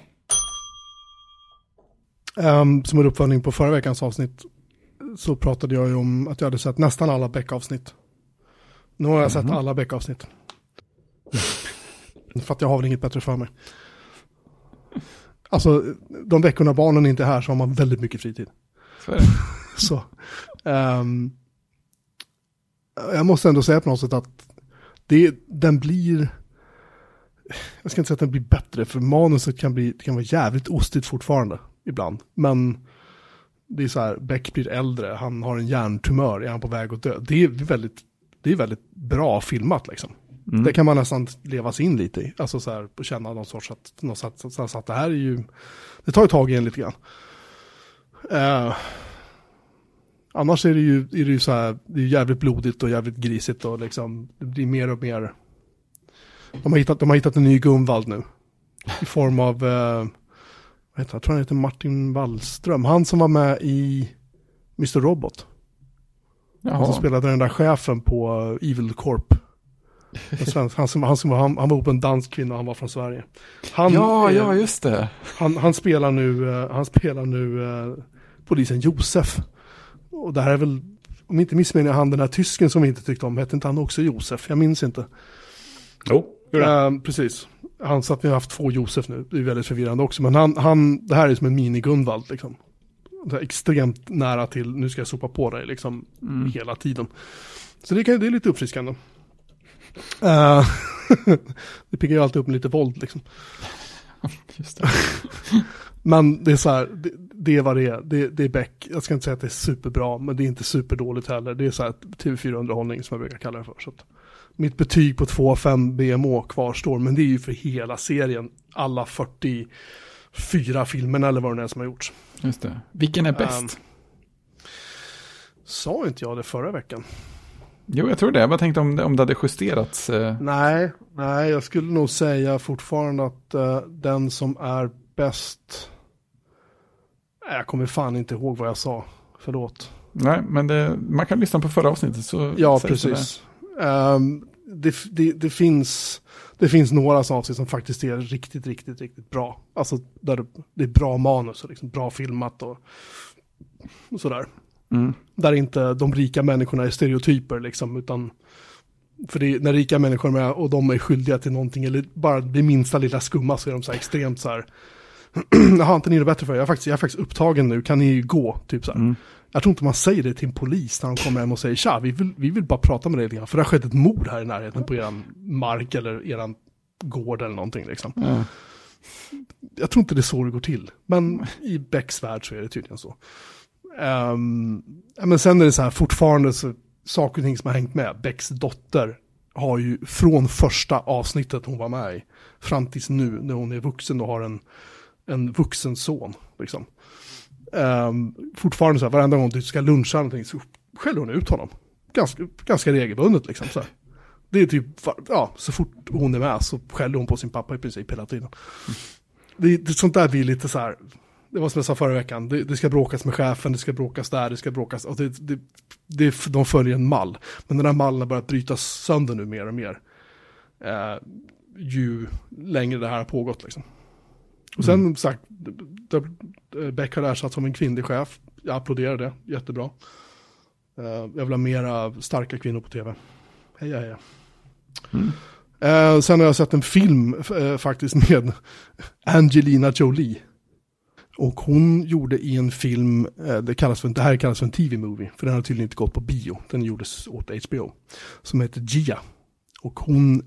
Som en uppföljning på förra veckans avsnitt så pratade jag ju om att jag hade sett nästan alla Beck-avsnitt. Nu har jag sett alla Beck-avsnitt. För att jag har väl inget bättre för mig. Alltså, de veckorna barnen inte är här så har man väldigt mycket fritid. Så är det. Så, jag måste ändå säga på något sätt att den blir, jag ska inte säga att den blir bättre, för manuset kan vara jävligt ostigt fortfarande ibland, men det är så här, Beck blir äldre, han har en hjärntumör, är han på väg att dö. Det är väldigt bra filmat liksom. Mm. Det kan man nästan leva sig in lite i, alltså så här, och känna någon sorts att det här är ju, det tar ett tag igen lite grann. Annars är det ju så här, det är jävligt blodigt och jävligt grisigt och liksom, det blir mer och mer. De har hittat en ny Gunvald nu. I form av, jag tror han heter Martin Wallström. Han som var med i Mr. Robot. Jaha. Han som spelade den där chefen på Evil Corp. Han var ihop en dansk kvinna, han var från Sverige. Ja, just det. Han spelar nu polisen Josef. Och det här är väl, om inte missminner han den här tysken som vi inte tyckte om, hette inte han också Josef? Jag minns inte. Jo, precis. Han sa att vi har haft 2 Josef nu, det är väldigt förvirrande också. Men det här är som en mini-Gunvald liksom. Det är extremt nära till, nu ska jag sopa på dig liksom hela tiden. Så det är lite uppfriskande. Det piggar ju alltid upp med lite våld liksom. Just det. Men det är så här, det är vad det är. Det är Beck. Jag ska inte säga att det är superbra, men det är inte superdåligt heller. Det är så här TV4-underhållning som jag brukar kalla det för. Så att mitt betyg på 2,5 BMO kvarstår, men det är ju för hela serien. Alla 44 filmerna eller vad det är som har gjorts. Just det. Vilken är bäst? Sa inte jag det förra veckan? Jo, jag tror det. Jag bara tänkte om det hade justerats. Nej, jag skulle nog säga fortfarande att den som är bäst... Jag kommer fan inte ihåg vad jag sa. Förlåt. Nej, men man kan lyssna på förra avsnittet. Så ja, precis. Det finns några avsnitt som faktiskt är riktigt, riktigt, riktigt bra. Alltså där det är bra manus och liksom bra filmat och sådär. Mm. Där inte de rika människorna är stereotyper liksom, utan för när rika människor är med och de är skyldiga till någonting eller bara det minsta lilla skumma så är de så här extremt så här. Jag har inte ni det bättre för. Jag är faktiskt upptagen nu. Kan ni gå? Typ så här. Mm. Jag tror inte man säger det till en polis när de kommer hem och säger tja, vi vill bara prata med dig lite grann. För det har skett ett mord här i närheten på eran mark eller eran gård eller någonting liksom. Mm. Jag tror inte det är så det går till. Men i Becks värld så är det tydligen så. Men sen är det så här fortfarande så, saker och ting som har hängt med. Becks dotter har ju från första avsnittet hon var med i fram tills nu när hon är vuxen och har en vuxen son liksom. Fortfarande så här, varenda gång du ska luncha någonting så skäller hon ut honom. Ganska regelbundet liksom så här. Det är typ, ja, så fort hon är med så skäller hon på sin pappa i princip hela tiden. Det sånt där blir lite så här, det var som jag sa förra veckan, det ska bråkas med chefen, det ska bråkas där, det ska bråkas, och de följer en mall. Men den här mallen har börjat brytas sönder nu mer och mer. Ju längre det här har pågått liksom. Och sen sagt, Beck har ersatt som en kvinnlig chef. Jag applåderar det, jättebra. Jag vill ha mera starka kvinnor på tv. Heja. Sen har jag sett en film faktiskt med Angelina Jolie. Och hon gjorde i en film, det här kallas för en TV-movie, för den har tydligen inte gått på bio. Den gjordes åt HBO. Som heter Gia. Och hon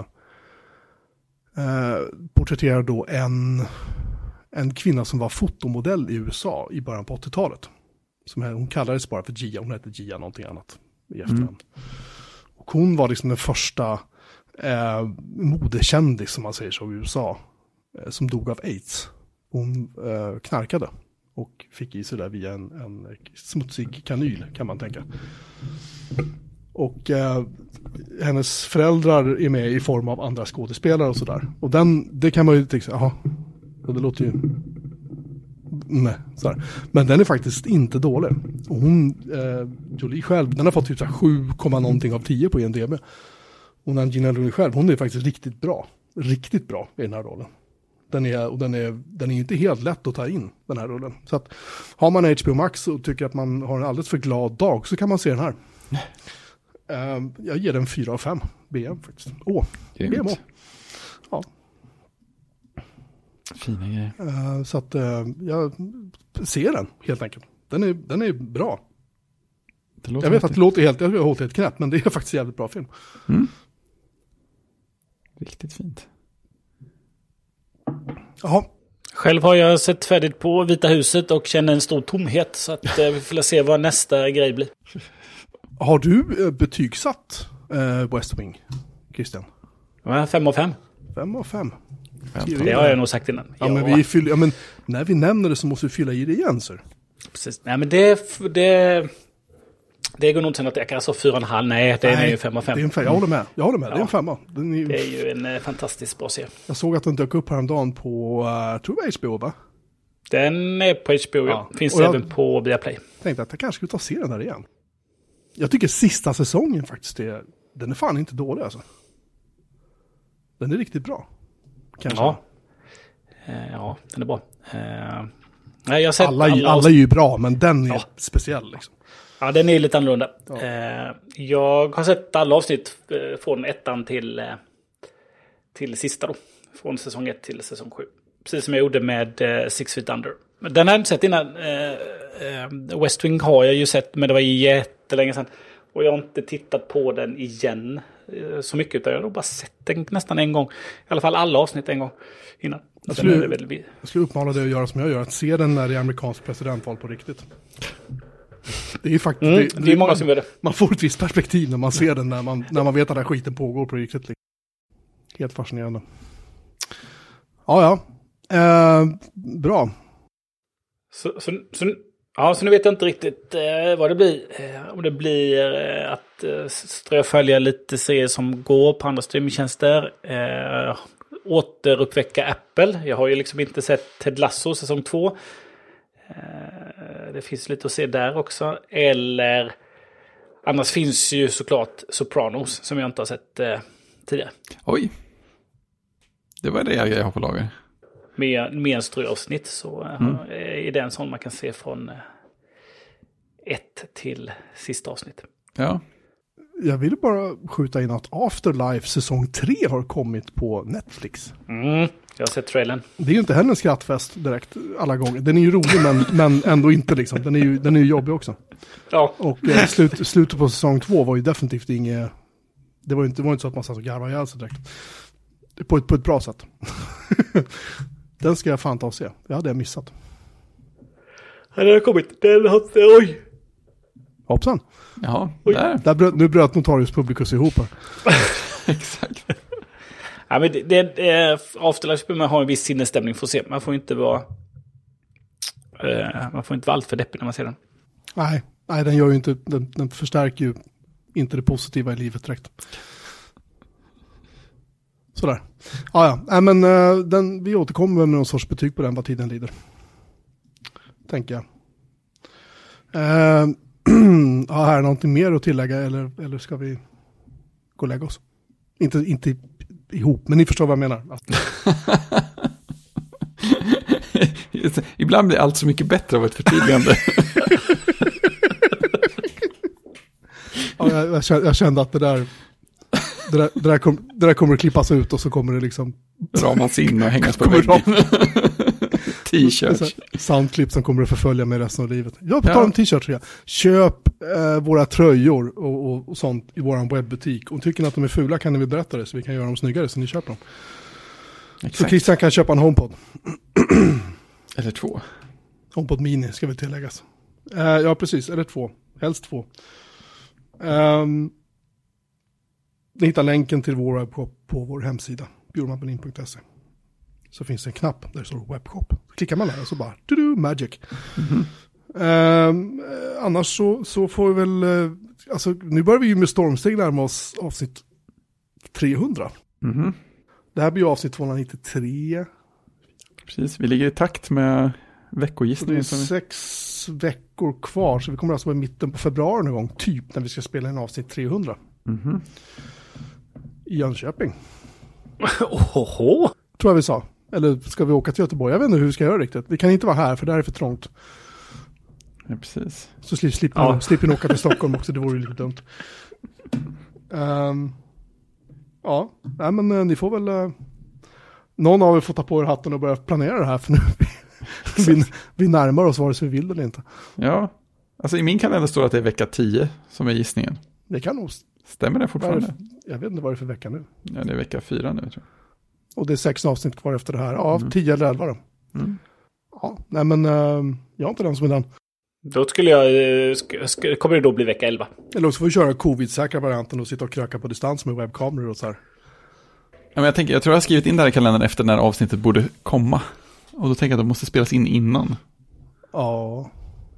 porträtterar då en kvinna som var fotomodell i USA i början på 80-talet. Hon kallades bara för Gia, hon hette Gia någonting annat. i efterhand. Och hon var liksom den första modekändis, som man säger så, i USA, som dog av AIDS. Hon knarkade och fick i sig där via en smutsig kanyl, kan man tänka. Och hennes föräldrar är med i form av andra skådespelare och sådär. Och det kan man ju tänka, jaha, det låter ju... Nej, sådär. Men den är faktiskt inte dålig. Och hon, Jolie själv, den har fått typ 7, någonting av 10 på IMDb. Och Angelina Jolie själv, hon är faktiskt riktigt bra i den här rollen. Den är inte helt lätt att ta in, den här rollen. Så att har man HBO Max och tycker att man har en alldeles för glad dag, så kan man se den här. Jag ger den 4 av 5 BM faktiskt. BMO. Ja. Fina grejer. Så att jag ser den helt enkelt. Den är bra. Jag vet att det låter helt knäppt, men det är faktiskt en jävligt bra film. Riktigt fint. Jaha. Själv har jag sett färdigt på Vita huset och känner en stor tomhet, så att vi får se vad nästa grej blir. Har du betygsatt West Wing, Christian? 5 av 5. 5 av 5. Det har jag nog sagt innan. Ja, men när vi nämner det så måste vi fylla i det igen, så. Precis. Nej, men det går nog inte att jag kan säga 4,5. Nej, det är ju 5 av 5. Jag håller med. Ja. Det är en 5. Det är ju en fantastiskt bra serie. Jag såg att den dök upp häromdagen på, tror jag, HBO, va? Den är på HBO, ja. Finns även på Viaplay. Tänkte att jag kanske skulle ta se den här igen. Jag tycker sista säsongen faktiskt, den är fan inte dålig alltså. Den är riktigt bra. Kanske. Ja, den är bra. Nej, jag har sett alla är ju bra, men den är speciell liksom. Ja, den är lite annorlunda. Ja. Jag har sett alla avsnitt från 1 till sista då. Från säsong 1 till säsong 7. Precis som jag gjorde med 6 Feet Under. Den har jag inte sett innan. West Wing har jag ju sett, men det var jättelänge sedan. Och jag har inte tittat på den igen så mycket, utan jag har bara sett den nästan en gång. I alla fall alla avsnitt en gång innan. Jag skulle uppmana dig att göra som jag gör, att se den när det är amerikansk presidentval på riktigt. Det är ju faktiskt... det är många som gör det. Man får ett visst perspektiv när man ser den, när man vet att den här skiten pågår på riktigt. Helt fascinerande. Ja. Bra. Så nu vet jag inte riktigt vad det blir. Om det blir att följa lite serier som går på andra streamingtjänster. Återuppväcka Apple. Jag har ju liksom inte sett Ted Lasso säsong 2. Det finns lite att se där också. Eller annars finns ju såklart Sopranos som jag inte har sett tidigare. Oj. Det var det jag har på lager. Med en ströavsnitt så är det en sån man kan se från 1 till sista avsnitt. Ja. Jag ville bara skjuta in att Afterlife säsong 3 har kommit på Netflix. Jag har sett trailern. Det är ju inte heller en skrattfest direkt alla gånger. Den är ju rolig men ändå inte liksom. Den är ju jobbig också. Ja. Och slutet på säsong 2 var ju definitivt inget... Det var inte så att man satt och garvade ihjäl sig direkt. På ett bra sätt. Den ska jag fan ta och se. Det hade jag missat. Den har kommit. Oj! Hoppsan. Jaha, nu bröt Notarius Publicus ihop här. Exakt. Ja, men Afterlife har en viss sinnesstämning för att se. Man får inte vara allt för deppig när man ser den. Nej, den gör ju inte, den förstärker ju inte det positiva i livet direkt. Sådär. Ja. Men vi återkommer med någon sorts betyg på den vad tiden lider. Tänker jag. Här är någonting mer att tillägga eller ska vi gå och lägga oss? Inte ihop, men ni förstår vad jag menar. Ibland blir allt så mycket bättre av ett förtydligande. Jag kände att det där kommer att klippas ut och så kommer det liksom ramas in och hängas på väggen. T-shirts. Soundklipp som kommer att förfölja mig resten av livet. Jag betalar om t-shirts. Köp våra tröjor och sånt i vår webbbutik. Och tycker ni att de är fula kan ni väl berätta det så vi kan göra dem snyggare så ni köper dem. Exakt. Så Christian kan köpa en HomePod. Eller 2. HomePod Mini ska väl tilläggas. Ja, precis. Eller 2. Helst 2. Ni hittar länken till vår webbshop på vår hemsida, bjurmanmelin.se. Så finns det en knapp där det står webbshop. Så klickar man där och så bara, magic. Annars så får vi väl, alltså nu börjar vi ju med stormsteg närma oss avsnitt 300. Det här blir ju avsnitt 293. Precis, vi ligger i takt med veckogissningen. Det är 6 veckor kvar, så vi kommer alltså vara i mitten på februari någon gång, typ när vi ska spela in avsnitt 300. I Jönköping. Ohoho! Tror jag vi sa. Eller ska vi åka till Göteborg? Jag vet inte hur vi ska göra riktigt. Vi kan inte vara här, för där är för trångt. Ja, precis. Så slipper ni åka till Stockholm också, det vore ju lite dumt. Ja, nej, men ni får väl... någon av er får ta på er hatten och börja planera det här, för nu vi närmar oss vare sig vi vill eller inte. Ja, alltså i min kalender står att det är vecka 10 som är gissningen. Det kan nog... Stämmer det fortfarande? Jag vet inte vad det är för vecka nu. Ja, det är vecka 4 nu, tror jag. Och det är 6 avsnitt kvar efter det här. Ja, 10 eller 11 då. Ja, nej men jag har inte den som är den. Då skulle kommer det då bli vecka 11. Eller också får vi köra covid-säkra varianten och sitta och kröka på distans med webbkameror och så här. Ja, men jag tror jag har skrivit in det här i kalendern efter när avsnittet borde komma. Och då tänker jag att de måste spelas in innan. Ja.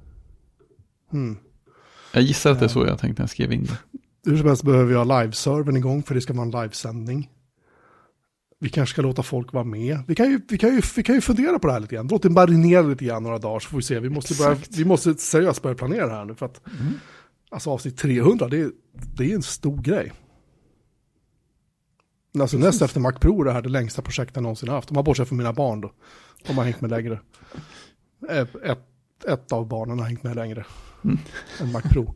Jag gissar att det är så jag tänkte när jag skrev in det. Hur som helst behöver vi ha live-servern igång, för det ska vara en livesändning. Vi kanske ska låta folk vara med. Vi kan ju fundera på det här lite grann. Låt det marinera lite grann några dagar, så får vi se. Vi måste seriöst börja planera det här nu. För att alltså avsnitt 300, det är en stor grej. Alltså näst efter Mac Pro, det här det längsta projektet jag någonsin haft. De har bortsett från mina barn då. De har hängt med längre. Ett av barnen har hängt med längre än Mac Pro.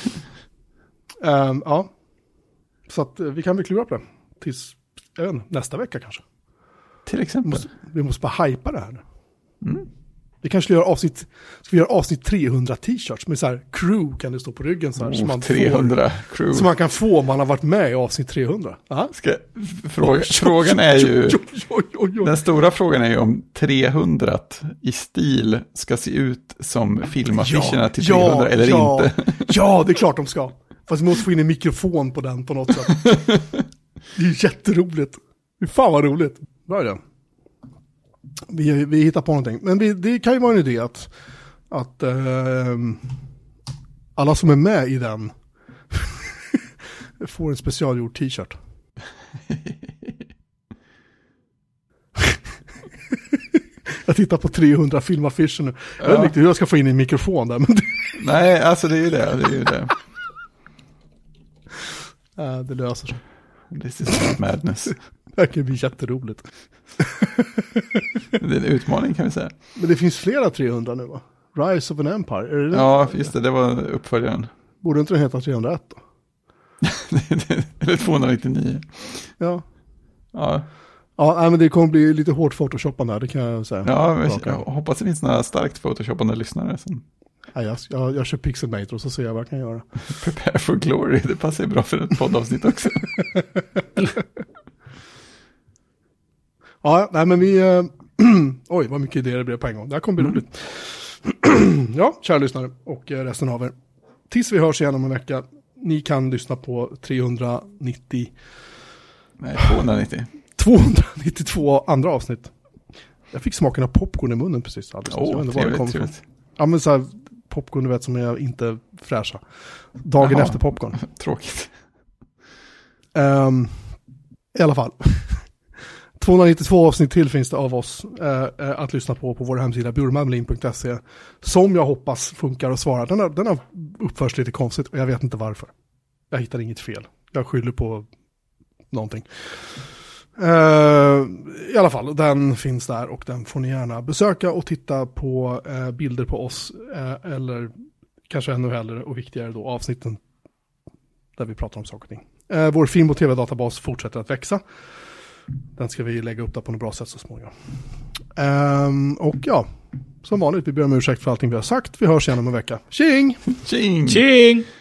Ja. Så att vi kan väl klura på det. Tills nästa vecka kanske. Till exempel. Vi måste bara hypa det här. Vi kanske gör avsnitt 300 t-shirts med så här crew kan det stå på ryggen så här, som man 300 får, crew. som man kan få om man har varit med i avsnitt 300. Frågan är ju den stora frågan är ju om 300 i stil ska se ut som filmaffischerna till 300 eller inte. Ja, det är klart de ska. Fast vi måste få in en mikrofon på den på något sätt. Det är jätteroligt. Det är fan vad roligt. Bra idé. Vi hittar på någonting. Men det kan ju vara en idé att alla som är med i den får en specialgjord t-shirt. Jag tittar på 300 filmaffischer nu. Jag vet inte riktigt hur jag ska få in en mikrofon där. Men nej, alltså det är ju det. Det löser sig. This is madness. Det kan bli jätteroligt. Det är en utmaning kan vi säga. Men det finns flera 300 nu va? Rise of an Empire. Är det ja, just det var uppföljaren. Borde inte den heta 301 då? Eller 299. Ja. Ja. Ja, men det kommer bli lite hårt photoshoppande här, det kan jag säga. Ja, jag hoppas det finns några starkt photoshoppande lyssnare som... Ja, jag kör Pixelmator och så ser jag vad jag kan göra. Prepare for glory, det passar ju bra för ett poddavsnitt också. Ja, nej men vi... oj, vad mycket idéer det blev på en gång. Det här kommer bli roligt. Ja, kära lyssnare och resten av er. Tills vi hörs igen om en vecka. Ni kan lyssna på 390... Nej, 290. 292 andra avsnitt. Jag fick smaken av popcorn i munnen precis. Trevligt. Ja, men så här, popcorn, du vet, som är inte fräscha. Dagen efter popcorn. Tråkigt. I alla fall. 292 avsnitt till finns det av oss att lyssna på vår hemsida bjurmanmelin.se, som jag hoppas funkar och svarar. Den har uppförts lite konstigt och jag vet inte varför. Jag hittar inget fel. Jag skyller på någonting. I alla fall, den finns där och den får ni gärna besöka och titta på bilder på oss eller kanske ännu hellre och viktigare då avsnitten där vi pratar om saker och ting. Vår film- och tv-databas fortsätter att växa. Den ska vi lägga upp där på något bra sätt så småningom. Och ja, som vanligt, vi ber om ursäkt för allting vi har sagt. Vi hörs igen om en vecka. Tjing! Tjing! Tjing!